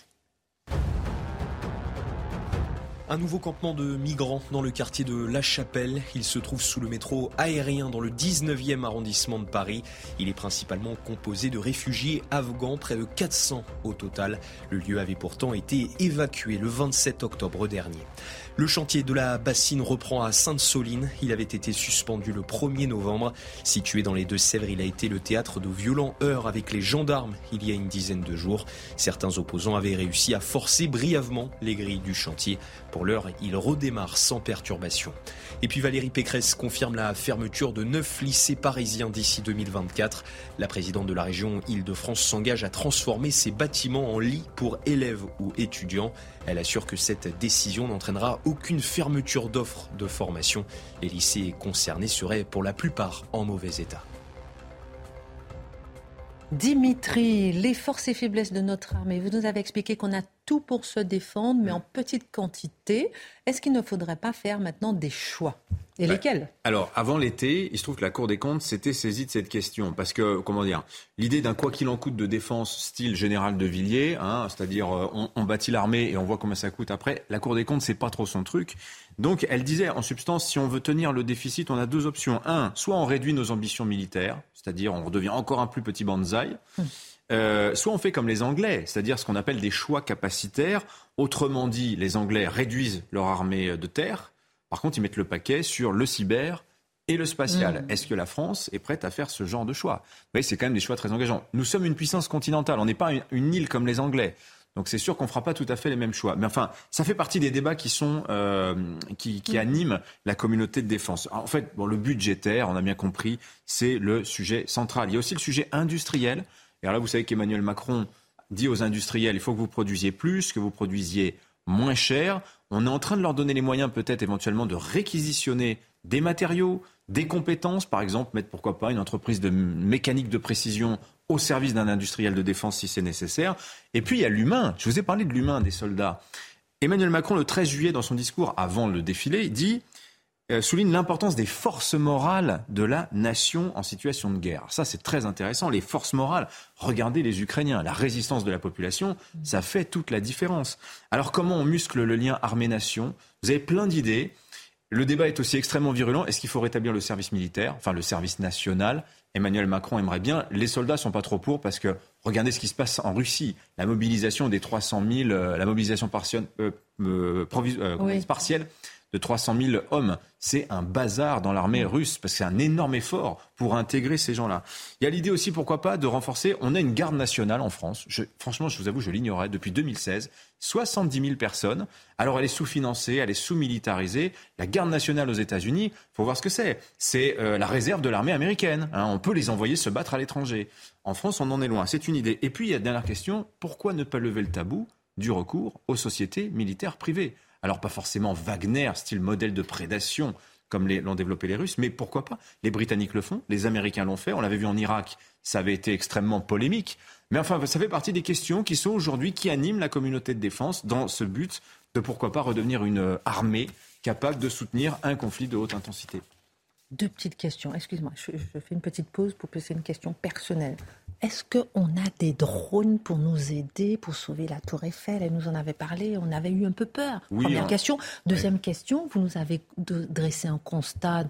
Un nouveau campement de migrants dans le quartier de La Chapelle. Il se trouve sous le métro aérien dans le 19e arrondissement de Paris. Il est principalement composé de réfugiés afghans, près de 400 au total. Le lieu avait pourtant été évacué le 27 octobre dernier. Le chantier de la bassine reprend à Sainte-Soline. Il avait été suspendu le 1er novembre. Situé dans les Deux-Sèvres, il a été le théâtre de violents heurts avec les gendarmes il y a une dizaine de jours. Certains opposants avaient réussi à forcer brièvement les grilles du chantier. Pour l'heure, il redémarre sans perturbation. Et puis Valérie Pécresse confirme la fermeture de 9 lycées parisiens d'ici 2024. La présidente de la région Île-de-France s'engage à transformer ces bâtiments en lits pour élèves ou étudiants. Elle assure que cette décision n'entraînera aucune fermeture d'offres de formation. Les lycées concernés seraient pour la plupart en mauvais état. Dimitri, les forces et faiblesses de notre armée. Vous nous avez expliqué qu'on a tout pour se défendre, mais en petite quantité. Est-ce qu'il ne faudrait pas faire maintenant des choix ? Et lesquels ? Alors, avant l'été, il se trouve que la Cour des comptes s'était saisie de cette question. Parce que, l'idée d'un quoi qu'il en coûte de défense style général de Villiers, c'est-à-dire on bâtit l'armée et on voit combien ça coûte après, la Cour des comptes, c'est pas trop son truc. Donc, elle disait, en substance, si on veut tenir le déficit, on a 2 options. 1, soit on réduit nos ambitions militaires, c'est-à-dire on redevient encore un plus petit bonsaï. Soit on fait comme les Anglais, c'est-à-dire ce qu'on appelle des choix capacitaires. Autrement dit, les Anglais réduisent leur armée de terre. Par contre, ils mettent le paquet sur le cyber et le spatial. Est-ce que la France est prête à faire ce genre de choix ? Vous voyez, c'est quand même des choix très engageants. Nous sommes une puissance continentale, on n'est pas une île comme les Anglais. Donc c'est sûr qu'on ne fera pas tout à fait les mêmes choix. Mais enfin, ça fait partie des débats qui animent la communauté de défense. Alors, en fait, le budgétaire, on a bien compris, c'est le sujet central. Il y a aussi le sujet industriel. Et alors là, vous savez qu'Emmanuel Macron dit aux industriels, il faut que vous produisiez plus, que vous produisiez moins cher. On est en train de leur donner les moyens peut-être éventuellement de réquisitionner des matériaux, des compétences, par exemple, mettre pourquoi pas une entreprise de mécanique de précision au service d'un industriel de défense si c'est nécessaire. Et puis il y a l'humain. Je vous ai parlé de l'humain des soldats. Emmanuel Macron, le 13 juillet, dans son discours avant le défilé, souligne l'importance des forces morales de la nation en situation de guerre. Ça, c'est très intéressant. Les forces morales, regardez les Ukrainiens, la résistance de la population, ça fait toute la différence. Alors, comment on muscle le lien armée-nation ? Vous avez plein d'idées. Le débat est aussi extrêmement virulent. Est-ce qu'il faut rétablir le service militaire, enfin le service national ? Emmanuel Macron aimerait bien. Les soldats ne sont pas trop pour parce que regardez ce qui se passe en Russie. La mobilisation des 300 000, la mobilisation partielle de 300 000 hommes. C'est un bazar dans l'armée russe parce que c'est un énorme effort pour intégrer ces gens-là. Il y a l'idée aussi, pourquoi pas, de renforcer. On a une garde nationale en France. Franchement, je vous avoue, je l'ignorais. Depuis 2016, 70 000 personnes. Alors, elle est sous-financée, elle est sous-militarisée. La garde nationale aux États-Unis, il faut voir ce que c'est. C'est la réserve de l'armée américaine. On peut les envoyer se battre à l'étranger. En France, on en est loin. C'est une idée. Et puis, il y a la dernière question. Pourquoi ne pas lever le tabou du recours aux sociétés militaires privées ? Alors pas forcément Wagner, style modèle de prédation, comme l'ont développé les Russes, mais pourquoi pas? Les Britanniques le font, les Américains l'ont fait, on l'avait vu en Irak, ça avait été extrêmement polémique. Mais enfin, ça fait partie des questions qui sont aujourd'hui, qui animent la communauté de défense dans ce but de pourquoi pas redevenir une armée capable de soutenir un conflit de haute intensité. 2 petites questions. Excuse-moi, je fais une petite pause pour poser une question personnelle. Est-ce qu'on a des drones pour nous aider, pour sauver la Tour Eiffel? Elle nous en avait parlé, on avait eu un peu peur. Oui, Première question. Deuxième question, vous nous avez dressé un constat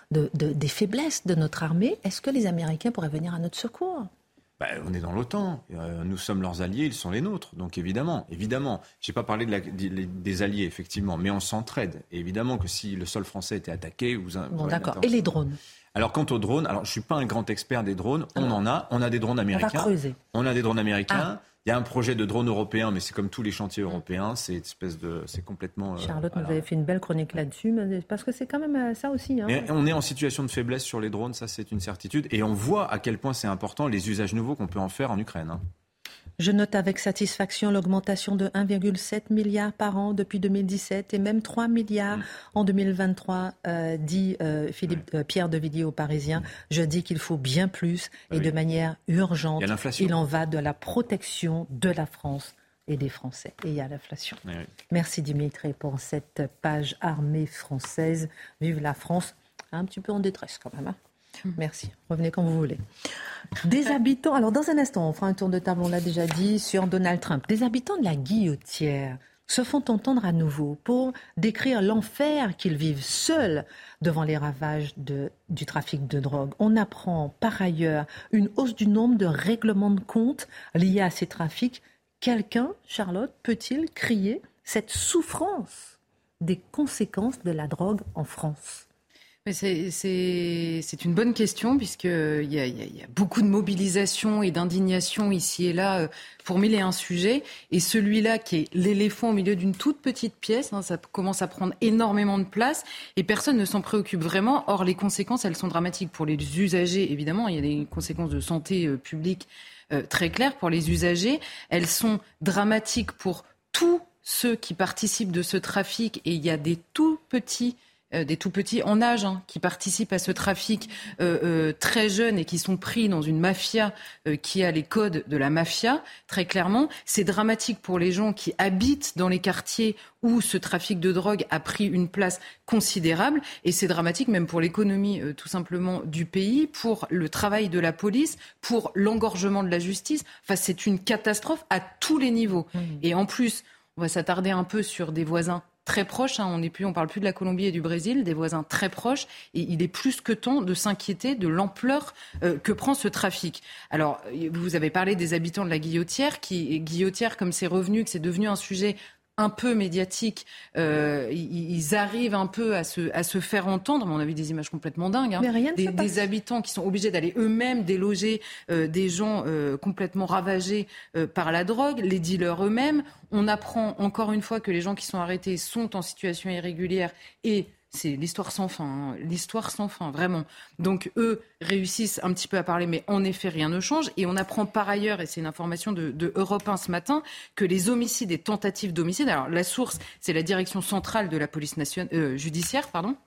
des faiblesses de notre armée. Est-ce que les Américains pourraient venir à notre secours? On est dans l'OTAN, nous sommes leurs alliés, ils sont les nôtres. Donc évidemment. Je n'ai pas parlé des alliés, effectivement, mais on s'entraide. Et évidemment que si le sol français était attaqué... Bon, d'accord. Et les drones? Alors quant aux drones, je ne suis pas un grand expert des drones, on a des drones américains. On va creuser. On a des drones américains. Il y a un projet de drone européen, mais c'est comme tous les chantiers européens, c'est complètement... Charlotte nous avait fait une belle chronique là-dessus, parce que c'est quand même ça aussi. Mais on est en situation de faiblesse sur les drones, ça c'est une certitude, et on voit à quel point c'est important les usages nouveaux qu'on peut en faire en Ukraine. Je note avec satisfaction l'augmentation de 1,7 milliard par an depuis 2017 et même 3 milliards en 2023, dit Pierre de Villiers au Parisien. Je dis qu'il faut bien plus et de manière urgente. Il en va de la protection de la France et des Français. Et il y a l'inflation. Oui. Merci Dimitri pour cette page armée française. Vive la France. Un petit peu en détresse quand même. Merci. Revenez quand vous voulez. Des habitants, alors dans un instant, on fera un tour de table, on l'a déjà dit, sur Donald Trump. Des habitants de la Guillotière se font entendre à nouveau pour décrire l'enfer qu'ils vivent seuls devant les ravages du trafic de drogue. On apprend par ailleurs une hausse du nombre de règlements de compte liés à ces trafics. Quelqu'un, Charlotte, peut-il crier cette souffrance des conséquences de la drogue en France ? Mais c'est une bonne question puisqu'il y a beaucoup de mobilisation et d'indignation ici et là pour 1001 sujets. Et celui-là qui est l'éléphant au milieu d'une toute petite pièce, ça commence à prendre énormément de place et personne ne s'en préoccupe vraiment. Or, les conséquences, elles sont dramatiques pour les usagers, évidemment. Il y a des conséquences de santé publique très claires pour les usagers. Elles sont dramatiques pour tous ceux qui participent de ce trafic et il y a des tout petits en âge qui participent à ce trafic très jeunes et qui sont pris dans une mafia qui a les codes de la mafia, très clairement. C'est dramatique pour les gens qui habitent dans les quartiers où ce trafic de drogue a pris une place considérable et c'est dramatique même pour l'économie tout simplement du pays, pour le travail de la police, pour l'engorgement de la justice. Enfin, c'est une catastrophe à tous les niveaux. Et en plus, on va s'attarder un peu sur des voisins très proches, on parle plus de la Colombie et du Brésil, des voisins très proches, et il est plus que temps de s'inquiéter de l'ampleur que prend ce trafic. Alors, vous avez parlé des habitants de la Guillotière, comme c'est revenu, que c'est devenu un sujet un peu médiatique, ils arrivent un peu à se faire entendre, mais on a vu des images complètement dingues, des habitants qui sont obligés d'aller eux-mêmes déloger des gens complètement ravagés par la drogue, les dealers eux-mêmes. On apprend encore une fois que les gens qui sont arrêtés sont en situation irrégulière et c'est l'histoire sans fin, l'histoire sans fin, vraiment. Donc eux réussissent un petit peu à parler, mais en effet rien ne change. Et on apprend par ailleurs, et c'est une information de Europe 1 ce matin, que les homicides et tentatives d'homicide, alors la source c'est la direction centrale de la police judiciaire,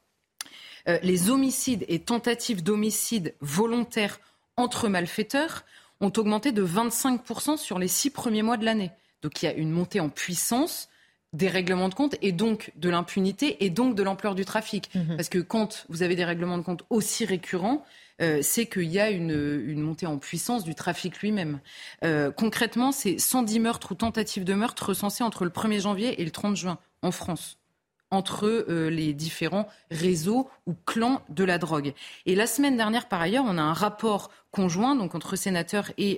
les homicides et tentatives d'homicide volontaires entre malfaiteurs ont augmenté de 25% sur les 6 premiers mois de l'année. Donc il y a une montée en puissance des règlements de compte et donc de l'impunité et donc de l'ampleur du trafic. Parce que quand vous avez des règlements de compte aussi récurrents, c'est qu'il y a une montée en puissance du trafic lui-même. Concrètement, c'est 110 meurtres ou tentatives de meurtre recensés entre le 1er janvier et le 30 juin en France, entre les différents réseaux ou clans de la drogue. Et la semaine dernière, par ailleurs, on a un rapport conjoint, donc entre sénateurs et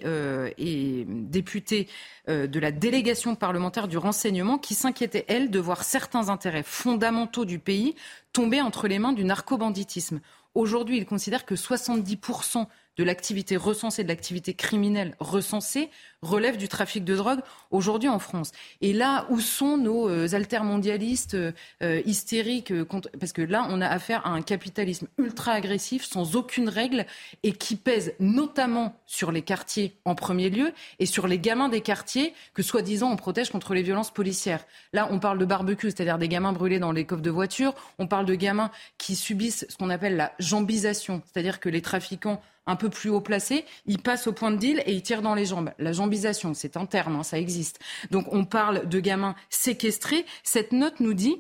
députés de la délégation parlementaire du renseignement, qui s'inquiétait, elle, de voir certains intérêts fondamentaux du pays tomber entre les mains du narcobanditisme. Aujourd'hui, il considère que 70% de l'activité recensée, de l'activité criminelle recensée, relève du trafic de drogue. aujourd'hui en France. Et là, où sont nos altermondialistes hystériques parce que là, on a affaire à un capitalisme ultra agressif, sans aucune règle, et qui pèse notamment sur les quartiers en premier lieu, et sur les gamins des quartiers que, soi-disant, on protège contre les violences policières. Là, on parle de barbecue, c'est-à-dire des gamins brûlés dans les coffres de voiture. On parle de gamins qui subissent ce qu'on appelle la jambisation, c'est-à-dire que les trafiquants un peu plus haut placés, ils passent au point de deal et ils tirent dans les jambes. La jambisation, c'est un terme, ça existe. Donc on parle de gamins séquestrés. Cette note nous dit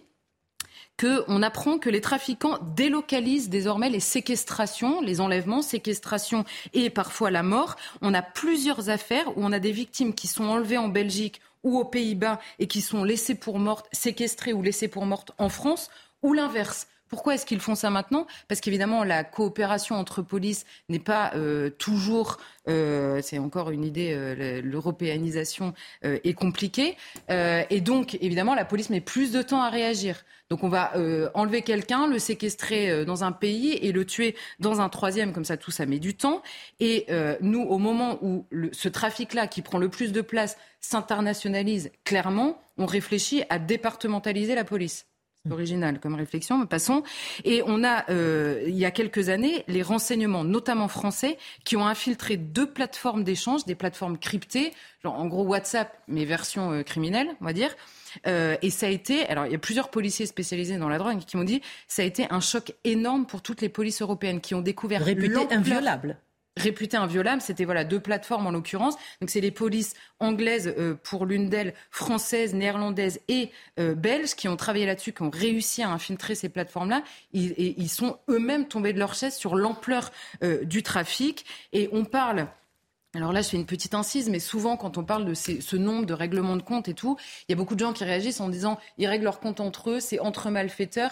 qu'on apprend que les trafiquants délocalisent désormais les séquestrations, les enlèvements, séquestrations et parfois la mort. On a plusieurs affaires où on a des victimes qui sont enlevées en Belgique ou aux Pays-Bas et qui sont laissées pour mortes, séquestrées ou laissées pour mortes en France, ou l'inverse. Pourquoi est-ce qu'ils font ça maintenant ? Parce qu'évidemment, la coopération entre polices n'est pas toujours... c'est encore une idée, l'européanisation est compliquée. Et donc, évidemment, la police met plus de temps à réagir. Donc, on va enlever quelqu'un, le séquestrer dans un pays et le tuer dans un troisième. Comme ça, tout ça met du temps. Et nous, au moment où ce trafic-là, qui prend le plus de place, s'internationalise clairement, on réfléchit à départementaliser la police. Original comme réflexion, mais passons. Et on a, il y a quelques années, les renseignements, notamment français, qui ont infiltré 2 plateformes d'échange, des plateformes cryptées, genre en gros WhatsApp, mais version criminelle, on va dire. Et ça a été, alors il y a plusieurs policiers spécialisés dans la drogue qui m'ont dit, ça a été un choc énorme pour toutes les polices européennes qui ont découvert réputé inviolable. Réputé inviolable, c'était 2 plateformes en l'occurrence. Donc c'est les polices anglaises pour l'une d'elles, françaises, néerlandaises et belges qui ont travaillé là-dessus, qui ont réussi à infiltrer ces plateformes-là. Ils sont eux-mêmes tombés de leur chaise sur l'ampleur du trafic. Et on parle... Alors là, je fais une petite incise, mais souvent, quand on parle de ce nombre de règlements de compte et tout, il y a beaucoup de gens qui réagissent en disant ils règlent leurs comptes entre eux, c'est entre malfaiteurs.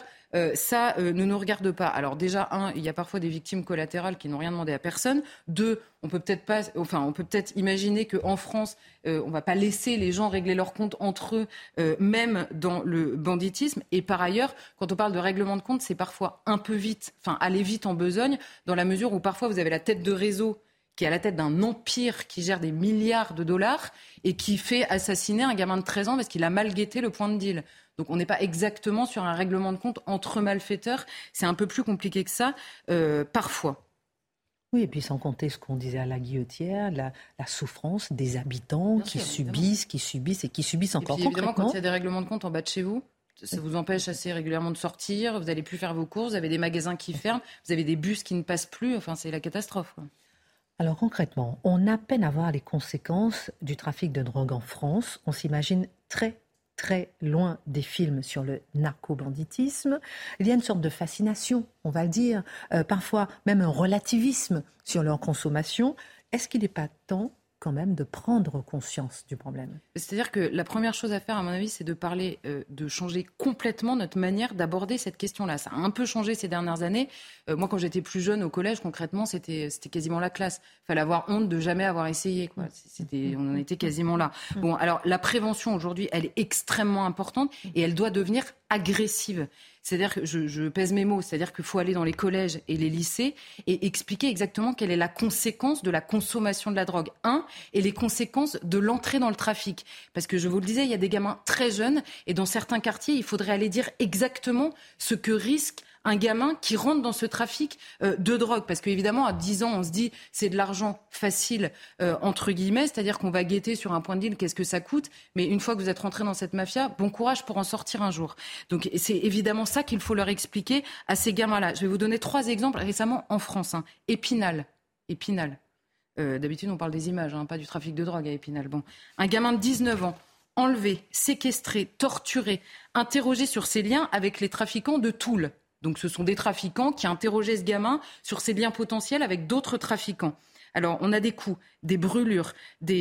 Ça ne nous regarde pas. Alors déjà, il y a parfois des victimes collatérales qui n'ont rien demandé à personne. 2, on peut peut-être imaginer qu'en France, on va pas laisser les gens régler leurs comptes entre eux, même dans le banditisme. Et par ailleurs, quand on parle de règlement de compte, c'est parfois un peu vite, aller vite en besogne, dans la mesure où parfois vous avez la tête de réseau qui est à la tête d'un empire qui gère des milliards de dollars et qui fait assassiner un gamin de 13 ans parce qu'il a mal guetté le point de deal. Donc on n'est pas exactement sur un règlement de compte entre malfaiteurs. C'est un peu plus compliqué que ça, parfois. Oui, et puis sans compter ce qu'on disait à la Guillotière, la souffrance des habitants qui subissent encore. Et puis, évidemment, quand il y a des règlements de compte en bas de chez vous, ça vous empêche assez régulièrement de sortir, vous n'allez plus faire vos courses, vous avez des magasins qui ferment, vous avez des bus qui ne passent plus, c'est la catastrophe, quoi. Alors concrètement, on a peine à voir les conséquences du trafic de drogue en France. On s'imagine très, très loin des films sur le narco-banditisme. Il y a une sorte de fascination, on va le dire, parfois même un relativisme sur leur consommation. Est-ce qu'il n'est pas temps quand même de prendre conscience du problème? C'est-à-dire que la première chose à faire, à mon avis, c'est de parler, de changer complètement notre manière d'aborder cette question-là. Ça a un peu changé ces dernières années. Moi, quand j'étais plus jeune au collège, concrètement, c'était quasiment la classe. Il fallait avoir honte de jamais avoir essayé, quoi. On en était quasiment là. Bon, alors la prévention aujourd'hui, elle est extrêmement importante et elle doit devenir agressive. C'est-à-dire que je pèse mes mots, c'est-à-dire qu'il faut aller dans les collèges et les lycées et expliquer exactement quelle est la conséquence de la consommation de la drogue, et les conséquences de l'entrée dans le trafic. Parce que je vous le disais, il y a des gamins très jeunes et dans certains quartiers, il faudrait aller dire exactement ce que risque un gamin qui rentre dans ce trafic de drogue. Parce qu'évidemment, à 10 ans, on se dit c'est de l'argent facile, entre guillemets, c'est-à-dire qu'on va guetter sur un point de deal, qu'est-ce que ça coûte. Mais une fois que vous êtes rentré dans cette mafia, bon courage pour en sortir un jour. Donc c'est évidemment ça qu'il faut leur expliquer à ces gamins-là. Je vais vous donner 3 exemples récemment en France. Épinal. D'habitude, on parle des images, pas du trafic de drogue à Épinal. Bon, un gamin de 19 ans, enlevé, séquestré, torturé, interrogé sur ses liens avec les trafiquants de Toul. Donc ce sont des trafiquants qui interrogeaient ce gamin sur ses liens potentiels avec d'autres trafiquants. Alors on a des coups, des brûlures,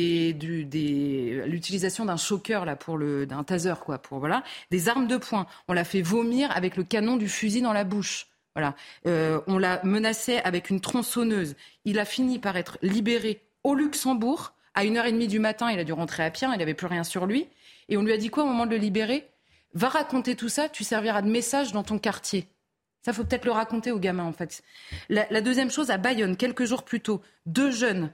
l'utilisation d'un choker là d'un taser des armes de poing. On l'a fait vomir avec le canon du fusil dans la bouche. Voilà. On l'a menacé avec une tronçonneuse. Il a fini par être libéré au Luxembourg. À 1h30 du matin, il a dû rentrer à pied, il n'avait plus rien sur lui. Et on lui a dit quoi au moment de le libérer ? Va raconter tout ça, tu serviras de message dans ton quartier. Ça, faut peut-être le raconter aux gamins, en fait. La deuxième chose, à Bayonne, quelques jours plus tôt, 2 jeunes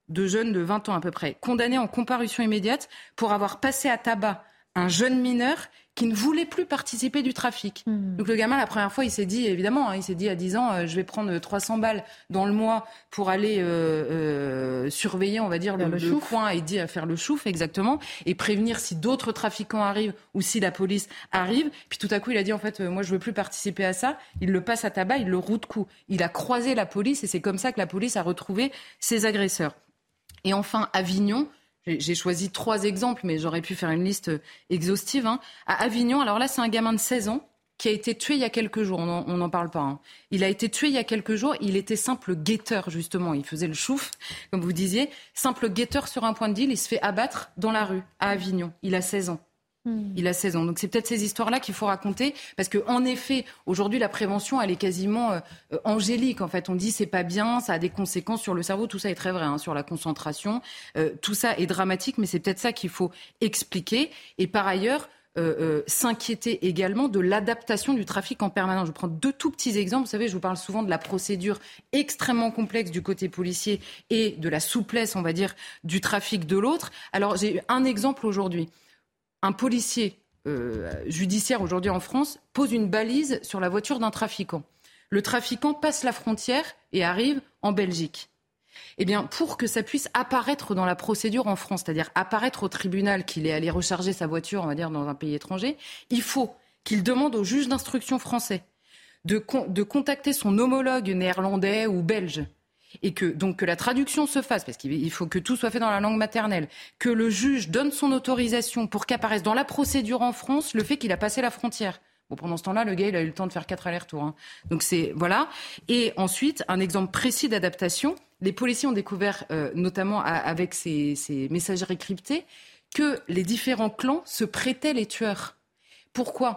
deux jeunes de 20 ans à peu près, condamnés en comparution immédiate pour avoir passé à tabac un jeune mineur qui ne voulait plus participer du trafic. Donc le gamin, la première fois, il s'est dit, évidemment, il s'est dit à 10 ans, je vais prendre 300 balles dans le mois pour aller surveiller, on va dire, le coin et faire le chouf, exactement, et prévenir si d'autres trafiquants arrivent ou si la police arrive. Puis tout à coup, il a dit, en fait, moi, je veux plus participer à ça. Il le passe à tabac, il le roue de coups. Il a croisé la police et c'est comme ça que la police a retrouvé ses agresseurs. Et enfin, Avignon. J'ai choisi 3 exemples, mais j'aurais pu faire une liste exhaustive. À Avignon, alors là, c'est un gamin de 16 ans qui a été tué il y a quelques jours. On n'en parle pas. Il a été tué il y a quelques jours. Il était simple guetteur, justement. Il faisait le chouf, comme vous disiez. Simple guetteur sur un point de deal. Il se fait abattre dans la rue, à Avignon. Il a 16 ans. Il a 16 ans. Donc c'est peut-être ces histoires-là qu'il faut raconter, parce qu'en effet, aujourd'hui, la prévention, elle est quasiment angélique. En fait, on dit c'est pas bien, ça a des conséquences sur le cerveau. Tout ça est très vrai, sur la concentration. Tout ça est dramatique, mais c'est peut-être ça qu'il faut expliquer. Et par ailleurs, s'inquiéter également de l'adaptation du trafic en permanence. Je prends 2 tout petits exemples. Vous savez, je vous parle souvent de la procédure extrêmement complexe du côté policier et de la souplesse, on va dire, du trafic de l'autre. Alors, j'ai un exemple aujourd'hui. Un policier judiciaire aujourd'hui en France pose une balise sur la voiture d'un trafiquant. Le trafiquant passe la frontière et arrive en Belgique. Eh bien, pour que ça puisse apparaître dans la procédure en France, c'est-à-dire apparaître au tribunal qu'il est allé recharger sa voiture, on va dire, dans un pays étranger, il faut qu'il demande au juge d'instruction français de contacter son homologue néerlandais ou belge. Et que la traduction se fasse, parce qu'il faut que tout soit fait dans la langue maternelle, que le juge donne son autorisation pour qu'apparaisse dans la procédure en France le fait qu'il a passé la frontière. Bon, pendant ce temps-là, le gars, il a eu le temps de faire 4 allers-retours. Donc voilà. Et ensuite, un exemple précis d'adaptation. Les policiers ont découvert, notamment avec ces messageries cryptées, que les différents clans se prêtaient les tueurs. Pourquoi ?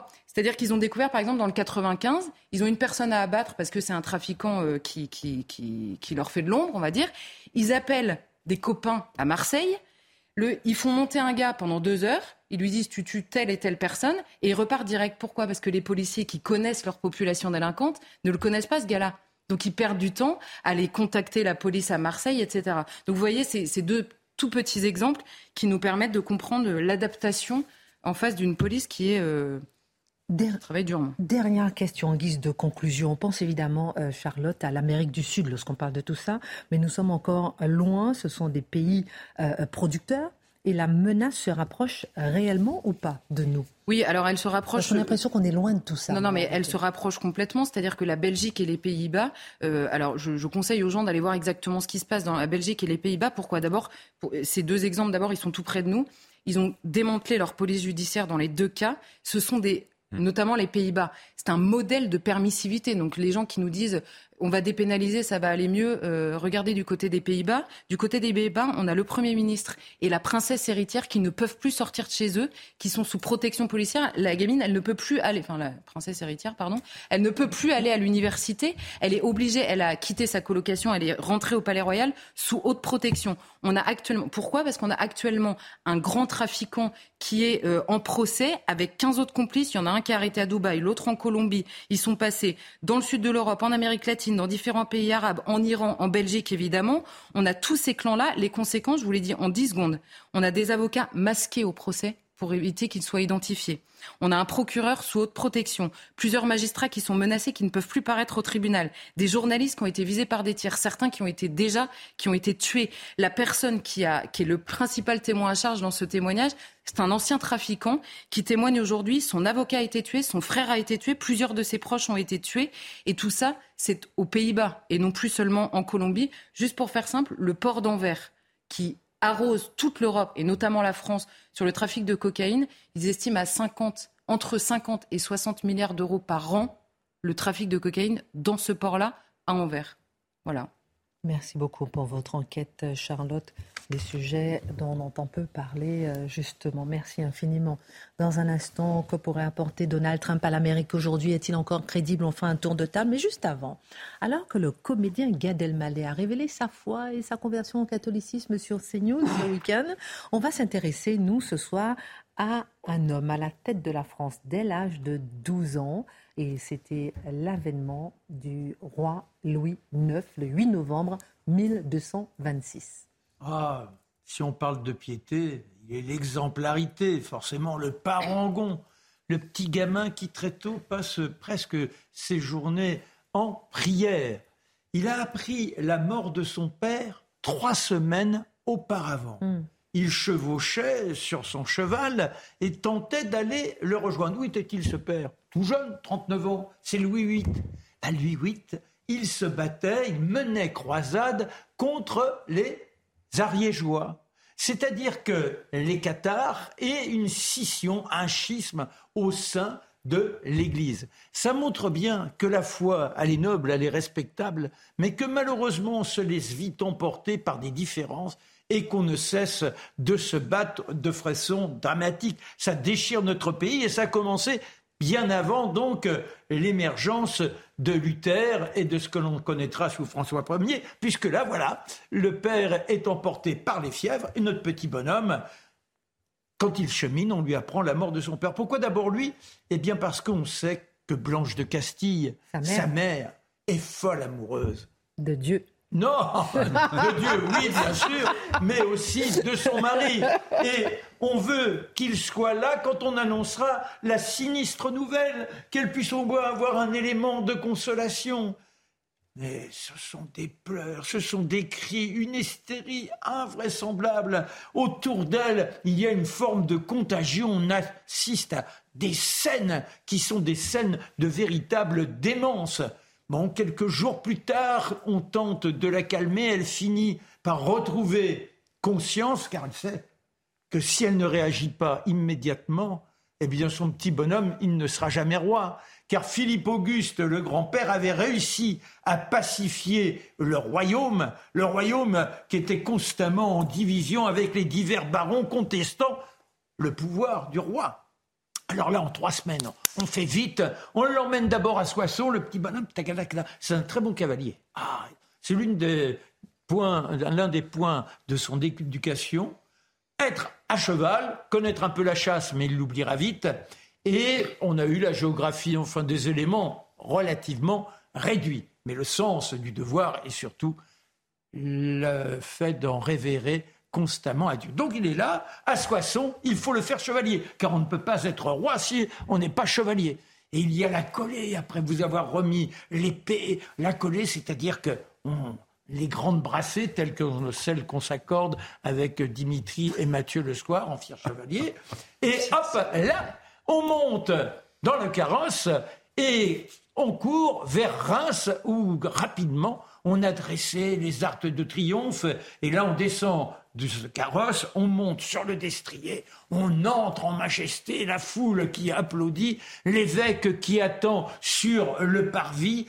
C'est-à-dire qu'ils ont découvert, par exemple, dans le 95, ils ont une personne à abattre parce que c'est un trafiquant qui leur fait de l'ombre, on va dire. Ils appellent des copains à Marseille. Ils font monter un gars pendant 2 heures. Ils lui disent « tu tues telle et telle personne » et ils repartent direct. Pourquoi ? Parce que les policiers qui connaissent leur population délinquante ne le connaissent pas, ce gars-là. Donc ils perdent du temps à aller contacter la police à Marseille, etc. Donc vous voyez, c'est 2 tout petits exemples qui nous permettent de comprendre l'adaptation en face d'une police qui est... travaille durement. Dernière question en guise de conclusion. On pense évidemment, Charlotte, à l'Amérique du Sud lorsqu'on parle de tout ça, mais nous sommes encore loin. Ce sont des pays producteurs et la menace se rapproche réellement ou pas de nous ? Oui, alors elle se rapproche... J'ai l'impression qu'on est loin de tout ça. Non, mais elle se rapproche complètement. C'est-à-dire que la Belgique et les Pays-Bas... alors, je conseille aux gens d'aller voir exactement ce qui se passe dans la Belgique et les Pays-Bas. Pourquoi ? D'abord, ces 2 exemples, d'abord, ils sont tout près de nous. Ils ont démantelé leur police judiciaire dans les 2 cas. Ce sont notamment les Pays-Bas. C'est un modèle de permissivité. Donc les gens qui nous disent on va dépénaliser, ça va aller mieux, regardez du côté des Pays-Bas. Du côté des Pays-Bas, on a le Premier ministre et la princesse héritière qui ne peuvent plus sortir de chez eux, qui sont sous protection policière. La gamine, elle ne peut plus aller, enfin la princesse héritière, pardon, elle ne peut plus aller à l'université. Elle est obligée, elle a quitté sa colocation, elle est rentrée au Palais Royal sous haute protection. Pourquoi ? Parce qu'on a actuellement un grand trafiquant qui est en procès avec 15 autres complices. Il y en a un qui est arrêté à Dubaï, l'autre en Colombie. Ils sont passés dans le sud de l'Europe, en Amérique latine, dans différents pays arabes, en Iran, en Belgique évidemment. On a tous ces clans-là. Les conséquences, je vous l'ai dit en 10 secondes. On a des avocats masqués au procès pour éviter qu'ils soient identifiés. On a un procureur sous haute protection, plusieurs magistrats qui sont menacés, qui ne peuvent plus paraître au tribunal, des journalistes qui ont été visés par des tirs, certains qui ont été tués. La personne qui est le principal témoin à charge dans ce témoignage, c'est un ancien trafiquant qui témoigne aujourd'hui. Son avocat a été tué, son frère a été tué, plusieurs de ses proches ont été tués. Et tout ça, c'est aux Pays-Bas et non plus seulement en Colombie. Juste pour faire simple, le port d'Anvers qui arrose toute l'Europe et notamment la France sur le trafic de cocaïne, ils estiment entre 50 et 60 milliards d'euros par an le trafic de cocaïne dans ce port-là à Anvers. Voilà. Merci beaucoup pour votre enquête, Charlotte. Des sujets dont on entend peu parler, justement. Merci infiniment. Dans un instant, que pourrait apporter Donald Trump à l'Amérique aujourd'hui ? Est-il encore crédible ? On fait un tour de table. Mais juste avant, alors que le comédien Gad Elmaleh a révélé sa foi et sa conversion au catholicisme sur CNews ce week-end, on va s'intéresser, nous, ce soir, à un homme à la tête de la France dès l'âge de 12 ans. Et c'était l'avènement du roi Louis IX, le 8 novembre 1226. Si on parle de piété, il est l'exemplarité, forcément le parangon, le petit gamin qui très tôt passe presque ses journées en prière. Il a appris la mort de son père 3 semaines auparavant. Il chevauchait sur son cheval et tentait d'aller le rejoindre. Où était-il, ce père ? Tout jeune, 39 ans, c'est Louis VIII. À Louis VIII, il se battait, il menait croisade contre les Ariégeois. C'est-à-dire que les cathares aient une scission, un schisme au sein de l'Église. Ça montre bien que la foi, elle est noble, elle est respectable, mais que malheureusement on se laisse vite emporter par des différences et qu'on ne cesse de se battre de façon dramatique. Ça déchire notre pays et ça a commencé bien avant donc l'émergence de Luther et de ce que l'on connaîtra sous François Ier, puisque là, voilà, le père est emporté par les fièvres et notre petit bonhomme, quand il chemine, on lui apprend la mort de son père. Pourquoi d'abord lui ? Eh bien parce qu'on sait que Blanche de Castille, sa mère, est folle amoureuse. De Dieu. Non, de Dieu, oui, bien sûr, mais aussi de son mari. Et on veut qu'il soit là quand on annoncera la sinistre nouvelle, qu'elle puisse au moins avoir un élément de consolation. Mais ce sont des pleurs, ce sont des cris, une hystérie invraisemblable. Autour d'elle, il y a une forme de contagion. On assiste à des scènes qui sont des scènes de véritable démence. Bon, quelques jours plus tard, on tente de la calmer. Elle finit par retrouver conscience, car elle sait que si elle ne réagit pas immédiatement, eh bien son petit bonhomme, il ne sera jamais roi. Car Philippe Auguste, le grand-père, avait réussi à pacifier le royaume qui était constamment en division avec les divers barons contestant le pouvoir du roi. Alors là, en 3 semaines, on fait vite. On l'emmène d'abord à Soissons, le petit bonhomme. C'est un très bon cavalier. C'est l'un des points de son éducation. Être à cheval, connaître un peu la chasse, mais il l'oubliera vite. Et on a eu la géographie, enfin des éléments relativement réduits. Mais le sens du devoir et surtout le fait d'en révérer constamment à Dieu. Donc il est là, à Soissons, il faut le faire chevalier, car on ne peut pas être roi si on n'est pas chevalier. Et il y a la collée, après vous avoir remis l'épée, la collée, c'est-à-dire que les grandes brassées, telles que celles qu'on s'accorde avec Dimitri et Mathieu le soir, en fier chevalier, et hop, là, on monte dans le carrosse et on court vers Reims, où rapidement on a dressé les arcs de triomphe, et là on descend de ce carrosse, on monte sur le destrier, on entre en majesté, la foule qui applaudit, l'évêque qui attend sur le parvis,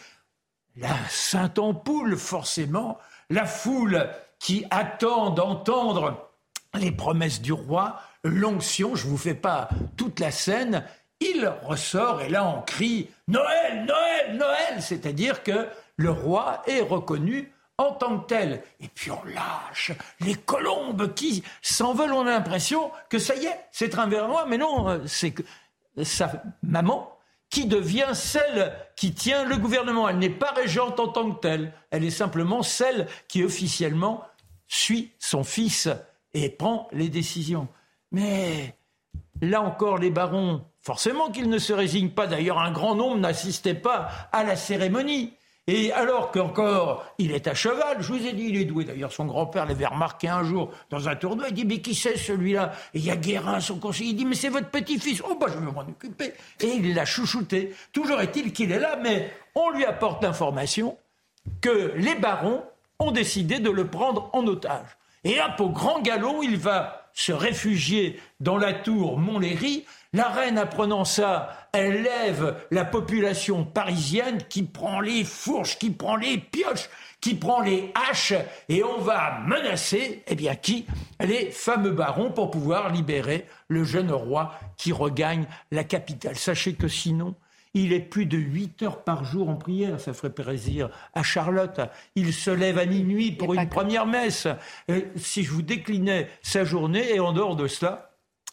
la Sainte-Ampoule forcément, la foule qui attend d'entendre les promesses du roi, l'onction, je ne vous fais pas toute la scène, il ressort et là on crie « Noël, Noël, Noël !» C'est-à-dire que le roi est reconnu en tant que tel. Et puis on lâche les colombes qui s'envolent. On a l'impression que ça y est, c'est un vernois. Mais non, c'est que sa maman qui devient celle qui tient le gouvernement. Elle n'est pas régente en tant que telle. Elle est simplement celle qui officiellement suit son fils et prend les décisions. Mais là encore, les barons, forcément qu'ils ne se résignent pas. D'ailleurs, un grand nombre n'assistait pas à la cérémonie. Et alors qu'encore, il est à cheval, je vous ai dit, il est doué. D'ailleurs, son grand-père l'avait remarqué un jour dans un tournoi. Il dit, mais qui c'est celui-là ? Et il y a Guérin, son conseiller. Il dit, mais c'est votre petit-fils. Oh, je vais m'en occuper. Et il l'a chouchouté. Toujours est-il qu'il est là, mais on lui apporte l'information que les barons ont décidé de le prendre en otage. Et hop, au grand galop, il va se réfugier dans la tour Montlhéry. La reine, apprenant ça, elle lève la population parisienne qui prend les fourches, qui prend les pioches, qui prend les haches, et on va menacer, les fameux barons pour pouvoir libérer le jeune roi qui regagne la capitale. Sachez que sinon, il est plus de 8 heures par jour en prière. Ça ferait plaisir à Charlotte. Il se lève à minuit pour une première messe. Et si je vous déclinais sa journée, et en dehors de cela,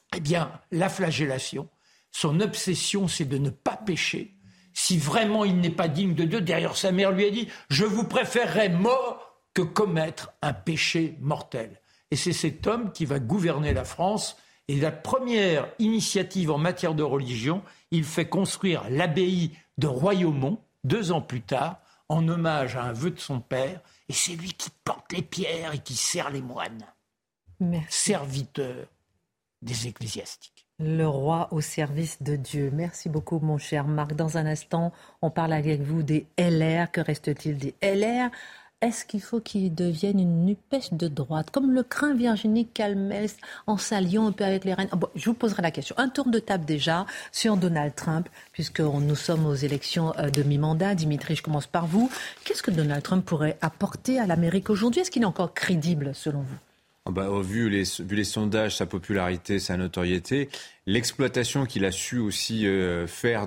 la flagellation, son obsession, c'est de ne pas pécher. Si vraiment il n'est pas digne de Dieu, derrière sa mère lui a dit « Je vous préférerais mort que commettre un péché mortel ». et c'est cet homme qui va gouverner la France. Et la première initiative en matière de religion, il fait construire l'abbaye de Royaumont 2 ans plus tard, en hommage à un vœu de son père, et c'est lui qui porte les pierres et qui sert les moines. Merci. Serviteur des ecclésiastiques. Le roi au service de Dieu. Merci beaucoup, mon cher Marc. Dans un instant, on parle avec vous des LR. Que reste-t-il des LR ? Est-ce qu'il faut qu'ils deviennent une NUPES de droite, comme le craint Virginie Calmès, en s'alliant un peu avec les Rennes? Bon, je vous poserai la question. Un tour de table déjà sur Donald Trump, puisque nous sommes aux élections de mi-mandat. Dimitri, je commence par vous. Qu'est-ce que Donald Trump pourrait apporter à l'Amérique aujourd'hui? Est-ce qu'il est encore crédible, selon vous? Vu les sondages, sa popularité, sa notoriété, l'exploitation qu'il a su aussi faire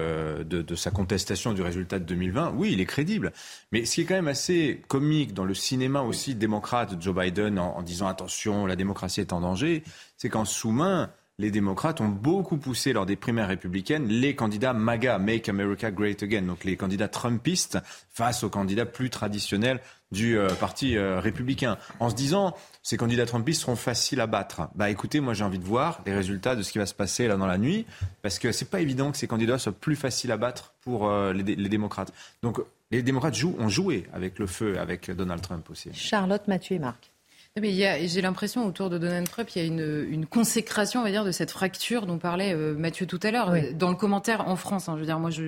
de sa contestation du résultat de 2020, oui, il est crédible. Mais ce qui est quand même assez comique dans le cinéma aussi démocrate de Joe Biden en disant attention, la démocratie est en danger, c'est qu'en sous-main, les démocrates ont beaucoup poussé lors des primaires républicaines les candidats MAGA, Make America Great Again, donc les candidats trumpistes face aux candidats plus traditionnels du parti républicain, en se disant ces candidats trumpistes seront faciles à battre. Écoutez, moi j'ai envie de voir les résultats de ce qui va se passer là dans la nuit, parce que c'est pas évident que ces candidats soient plus faciles à battre pour les démocrates. Donc les démocrates ont joué avec le feu, avec Donald Trump aussi. Charlotte, Mathieu et Marc. Mais j'ai l'imprestion autour de Donald Trump, il y a une consécration, on va dire, de cette fracture dont parlait Mathieu tout à l'heure. Oui. Dans le commentaire en France, je veux dire, moi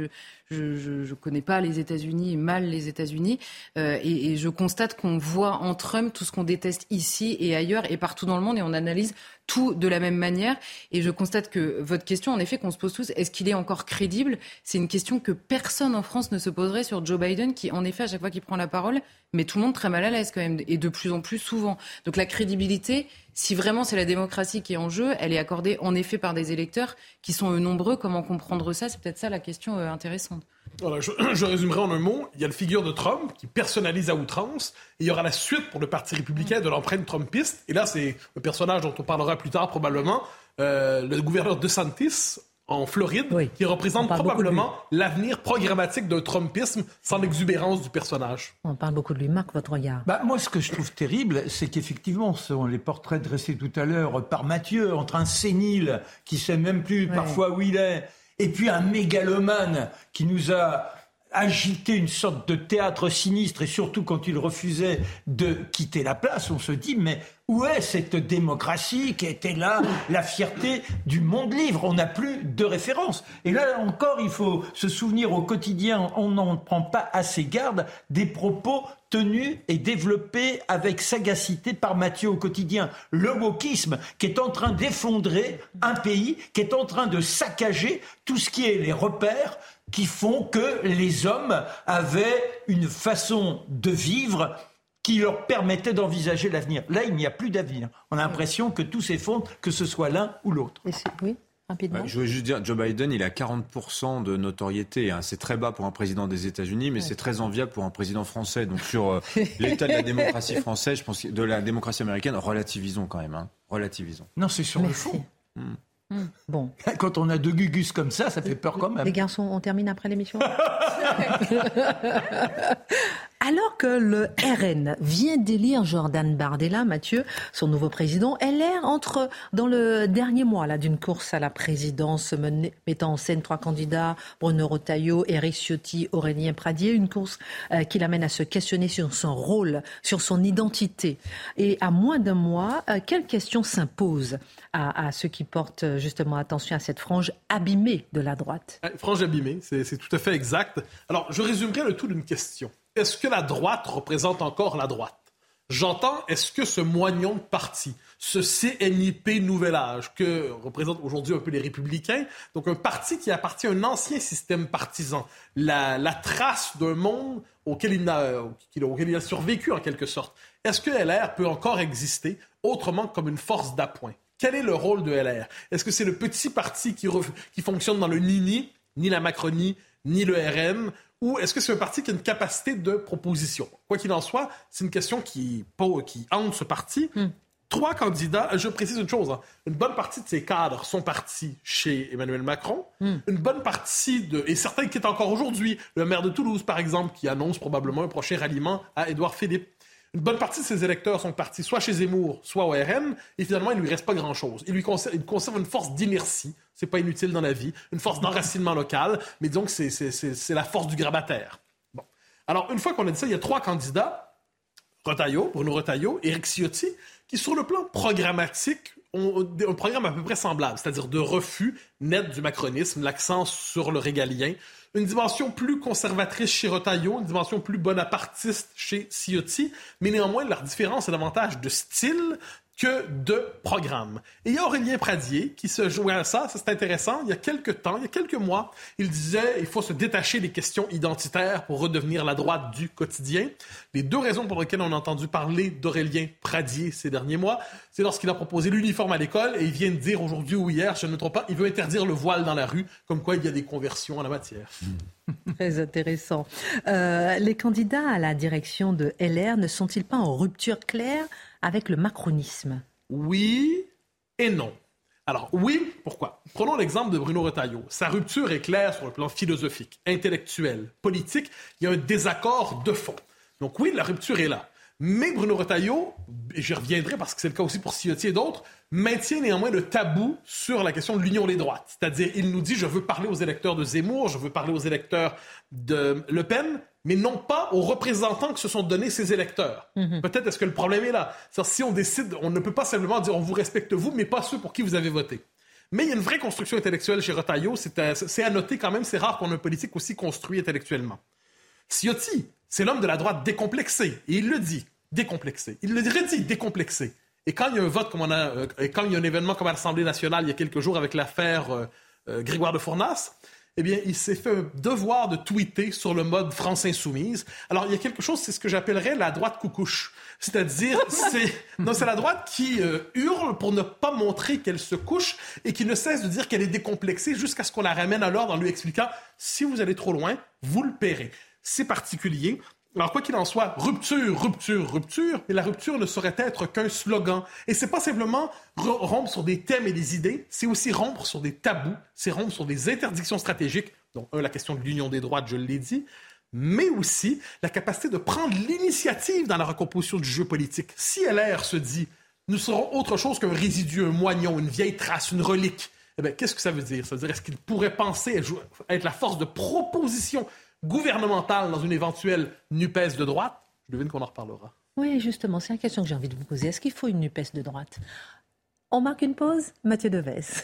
je connais pas les États-Unis, mal les États-Unis, et je constate qu'on voit en Trump tout ce qu'on déteste ici et ailleurs et partout dans le monde, et on analyse tout de la même manière. Et je constate que votre question, en effet, qu'on se pose tous, est-ce qu'il est encore crédible? C'est une question que personne en France ne se poserait sur Joe Biden, qui, en effet, à chaque fois qu'il prend la parole, met tout le monde très mal à l'aise quand même, et de plus en plus souvent. Donc la crédibilité, si vraiment c'est la démocratie qui est en jeu, elle est accordée en effet par des électeurs qui sont nombreux. Comment comprendre ça? C'est peut-être ça la question intéressante. Voilà, je résumerai en un mot. Il y a la figure de Trump qui personnalise à outrance, et il y aura la suite pour le Parti républicain de l'empreinte trumpiste. Et là, c'est un personnage dont on parlera plus tard probablement, le gouverneur DeSantis en Floride, qui représente probablement l'avenir programmatique d'un trumpisme sans l'exubérance du personnage. On parle beaucoup de lui. Marc, votre regard. Moi, ce que je trouve terrible, c'est qu'effectivement, ce sont les portraits dressés tout à l'heure par Mathieu, entre un sénile qui ne sait même plus parfois où il est, et puis un mégalomane qui nous a agité une sorte de théâtre sinistre, et surtout quand il refusait de quitter la place, on se dit, mais où est cette démocratie qui était là, la fierté du monde libre? On n'a plus de référence. Et là encore, il faut se souvenir au quotidien, on n'en prend pas assez garde, des propos tenus et développés avec sagacité par Mathieu au quotidien. Le wokisme qui est en train d'effondrer un pays, qui est en train de saccager tout ce qui est les repères qui font que les hommes avaient une façon de vivre qui leur permettait d'envisager l'avenir. Là, il n'y a plus d'avenir. On a l'impression que tout s'effondre, que ce soit l'un ou l'autre. Oui, rapidement. Je veux juste dire, Joe Biden, il a 40% de notoriété. C'est très bas pour un président des États-Unis, mais c'est très enviable pour un président français. Donc sur l'état de la démocratie française, je pense que de la démocratie américaine, relativisons quand même. Relativisons. Non, c'est sur le fond. Bon. Quand on a deux gugus comme ça fait peur quand même. Les garçons, on termine après l'émission. Alors que le RN vient d'élire Jordan Bardella, Mathieu, son nouveau président, LR entre dans le dernier mois d'une course à la présidence mettant en scène 3 candidats, Bruno Retailleau, Éric Ciotti, Aurélien Pradier, une course qui l'amène à se questionner sur son rôle, sur son identité. Et à moins d'un mois, quelles questions s'imposent à ceux qui portent justement attention à cette frange abîmée de la droite? Frange abîmée, c'est tout à fait exact. Alors, je résumerai le tout d'une question. Est-ce que la droite représente encore la droite? J'entends, est-ce que ce moignon de parti, ce CNIP Nouvel Âge, que représentent aujourd'hui un peu les Républicains, donc un parti qui appartient à un ancien système partisan, la trace d'un monde auquel il a survécu en quelque sorte, est-ce que LR peut encore exister autrement que comme une force d'appoint? Quel est le rôle de LR? Est-ce que c'est le petit parti qui fonctionne dans le ni la Macronie, ni le RN? Ou est-ce que c'est un parti qui a une capacité de proposition? Quoi qu'il en soit, c'est une question qui hante ce parti. 3 candidats, je précise une chose, une bonne partie de ces cadres sont partis chez Emmanuel Macron. Une bonne partie et certains qui est encore aujourd'hui, le maire de Toulouse par exemple, qui annonce probablement un prochain ralliement à Édouard Philippe. Une bonne partie de ses électeurs sont partis soit chez Zemmour, soit au RN, et finalement, il ne lui reste pas grand-chose. Il conserve une force d'inertie, c'est pas inutile dans la vie, une force d'enracinement local, mais disons que c'est la force du grabataire. Bon. Alors, une fois qu'on a dit ça, il y a 3 candidats, Bruno Retailleau, Éric Ciotti, qui, sur le plan programmatique, ont un programme à peu près semblable, c'est-à-dire de refus net du macronisme, l'accent sur le régalien, une dimension plus conservatrice chez Retailleau, une dimension plus bonapartiste chez Ciotti, mais néanmoins, leur différence est davantage de style que de programme. Et il y a Aurélien Pradier qui se jouait à ça, c'est intéressant, il y a quelques mois, il disait il faut se détacher des questions identitaires pour redevenir la droite du quotidien. Les 2 raisons pour lesquelles on a entendu parler d'Aurélien Pradier ces derniers mois, c'est lorsqu'il a proposé l'uniforme à l'école et il vient de dire aujourd'hui ou hier, je ne me trompe pas, il veut interdire le voile dans la rue, comme quoi il y a des conversions en la matière. Très intéressant. Les candidats à la direction de LR ne sont-ils pas en rupture claire avec le macronisme? Oui et non. Alors, oui, pourquoi? Prenons l'exemple de Bruno Retailleau. Sa rupture est claire sur le plan philosophique, intellectuel, politique. Il y a un désaccord de fond. Donc oui, la rupture est là. Mais Bruno Retailleau, et j'y reviendrai parce que c'est le cas aussi pour Ciotti et d'autres, maintient néanmoins le tabou sur la question de l'union des droites. C'est-à-dire, il nous dit, je veux parler aux électeurs de Zemmour, je veux parler aux électeurs de Le Pen, mais non pas aux représentants que se sont donnés ces électeurs. Peut-être est-ce que le problème est là. C'est-à-dire, si on décide, on ne peut pas simplement dire on vous respecte vous, mais pas ceux pour qui vous avez voté. Mais il y a une vraie construction intellectuelle chez Retailleau, c'est à noter quand même, c'est rare qu'on ait un politique aussi construit intellectuellement. Ciotti, c'est l'homme de la droite décomplexé, et il le dit, décomplexé. Il le redit, décomplexé. Et quand il y a un vote comme quand il y a un événement comme à l'Assemblée nationale il y a quelques jours avec l'affaire Grégoire de Fournas, eh bien, il s'est fait un devoir de tweeter sur le mode France Insoumise. Alors, il y a quelque chose, c'est ce que j'appellerais la droite coucouche. C'est-à-dire, c'est la droite qui hurle pour ne pas montrer qu'elle se couche et qui ne cesse de dire qu'elle est décomplexée jusqu'à ce qu'on la ramène à l'ordre en lui expliquant « si vous allez trop loin, vous le paierez ». C'est particulier. Alors, quoi qu'il en soit, rupture, et la rupture ne saurait être qu'un slogan. Et c'est pas simplement rompre sur des thèmes et des idées, c'est aussi rompre sur des tabous, c'est rompre sur des interdictions stratégiques, donc la question de l'union des droites, je l'ai dit, mais aussi la capacité de prendre l'initiative dans la recomposition du jeu politique. Si LR se dit « nous serons autre chose qu'un résidu, un moignon, une vieille trace, une relique », eh bien, qu'est-ce que ça veut dire? Ça veut dire, est-ce qu'il pourrait penser être la force de proposition gouvernementale dans une éventuelle NUPES de droite? Je devine qu'on en reparlera. Oui, justement, c'est la question que j'ai envie de vous poser. Est-ce qu'il faut une NUPES de droite? On marque une pause? Mathieu Devez.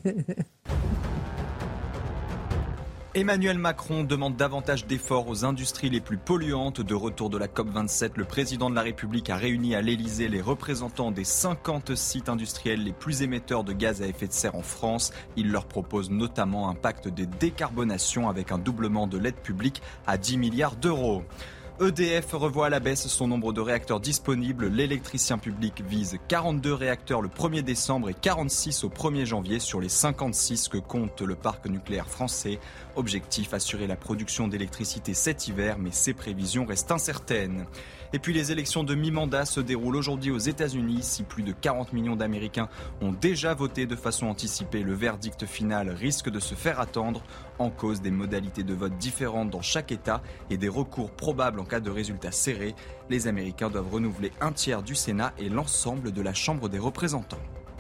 Emmanuel Macron demande davantage d'efforts aux industries les plus polluantes. De retour de la COP27, le président de la République a réuni à l'Elysée les représentants des 50 sites industriels les plus émetteurs de gaz à effet de serre en France. Il leur propose notamment un pacte de décarbonation avec un doublement de l'aide publique à 10 milliards d'euros. EDF revoit à la baisse son nombre de réacteurs disponibles. L'électricien public vise 42 réacteurs le 1er décembre et 46 au 1er janvier sur les 56 que compte le parc nucléaire français. Objectif, assurer la production d'électricité cet hiver, mais ces prévisions restent incertaines. Et puis les élections de mi-mandat se déroulent aujourd'hui aux États-Unis. Si plus de 40 millions d'Américains ont déjà voté de façon anticipée, le verdict final risque de se faire attendre. En cause des modalités de vote différentes dans chaque État et des recours probables en cas de résultats serrés. Les Américains doivent renouveler un tiers du Sénat et l'ensemble de la Chambre des représentants.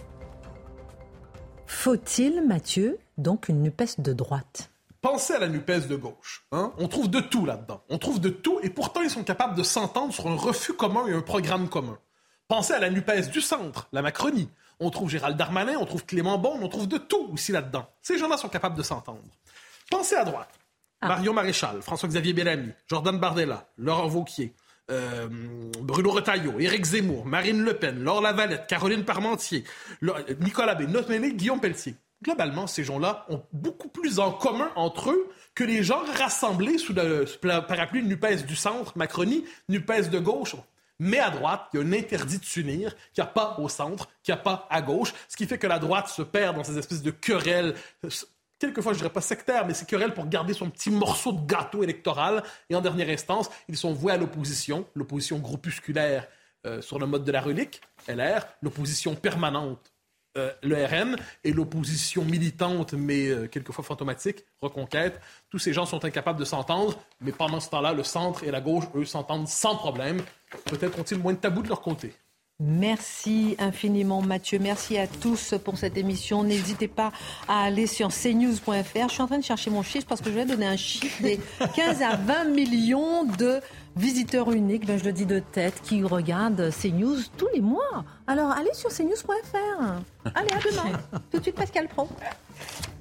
Faut-il, Mathieu, donc une NUPES de droite? Pensez à la NUPES de gauche. On trouve de tout là-dedans. On trouve de tout et pourtant ils sont capables de s'entendre sur un refus commun et un programme commun. Pensez à la NUPES du centre, la Macronie. On trouve Gérald Darmanin, on trouve Clément Beaune, on trouve de tout aussi là-dedans. Ces gens-là sont capables de s'entendre. Pensez à droite. Mario Maréchal, François-Xavier Bellamy, Jordan Bardella, Laurent Wauquiez, Bruno Retailleau, Éric Zemmour, Marine Le Pen, Laure Lavalette, Caroline Parmentier, Nicolas Bay, notamment Guillaume Pelletier. Globalement, ces gens-là ont beaucoup plus en commun entre eux que les gens rassemblés sous le parapluie NUPES du centre, Macronie, NUPES de gauche. Mais à droite, il y a un interdit de s'unir qu'il n'y a pas au centre, qu'il n'y a pas à gauche, ce qui fait que la droite se perd dans ces espèces de querelles, quelquefois je dirais pas sectaires, mais ces querelles pour garder son petit morceau de gâteau électoral. Et en dernière instance, ils sont voués à l'opposition groupusculaire sur le mode de la relique, LR, l'opposition permanente le RN et l'opposition militante, mais quelquefois fantomatique, Reconquête. Tous ces gens sont incapables de s'entendre, mais pendant ce temps-là, le centre et la gauche, eux, s'entendent sans problème. Peut-être ont-ils moins de tabous de leur côté. Merci infiniment Mathieu, merci à tous pour cette émission. N'hésitez pas à aller sur cnews.fr. Je suis en train de chercher mon chiffre parce que je vais donner un chiffre des 15 à 20 millions de visiteurs uniques, je le dis de tête, qui regardent CNews tous les mois. Alors allez sur cnews.fr. Allez, à demain. Tout de suite Pascal Praud.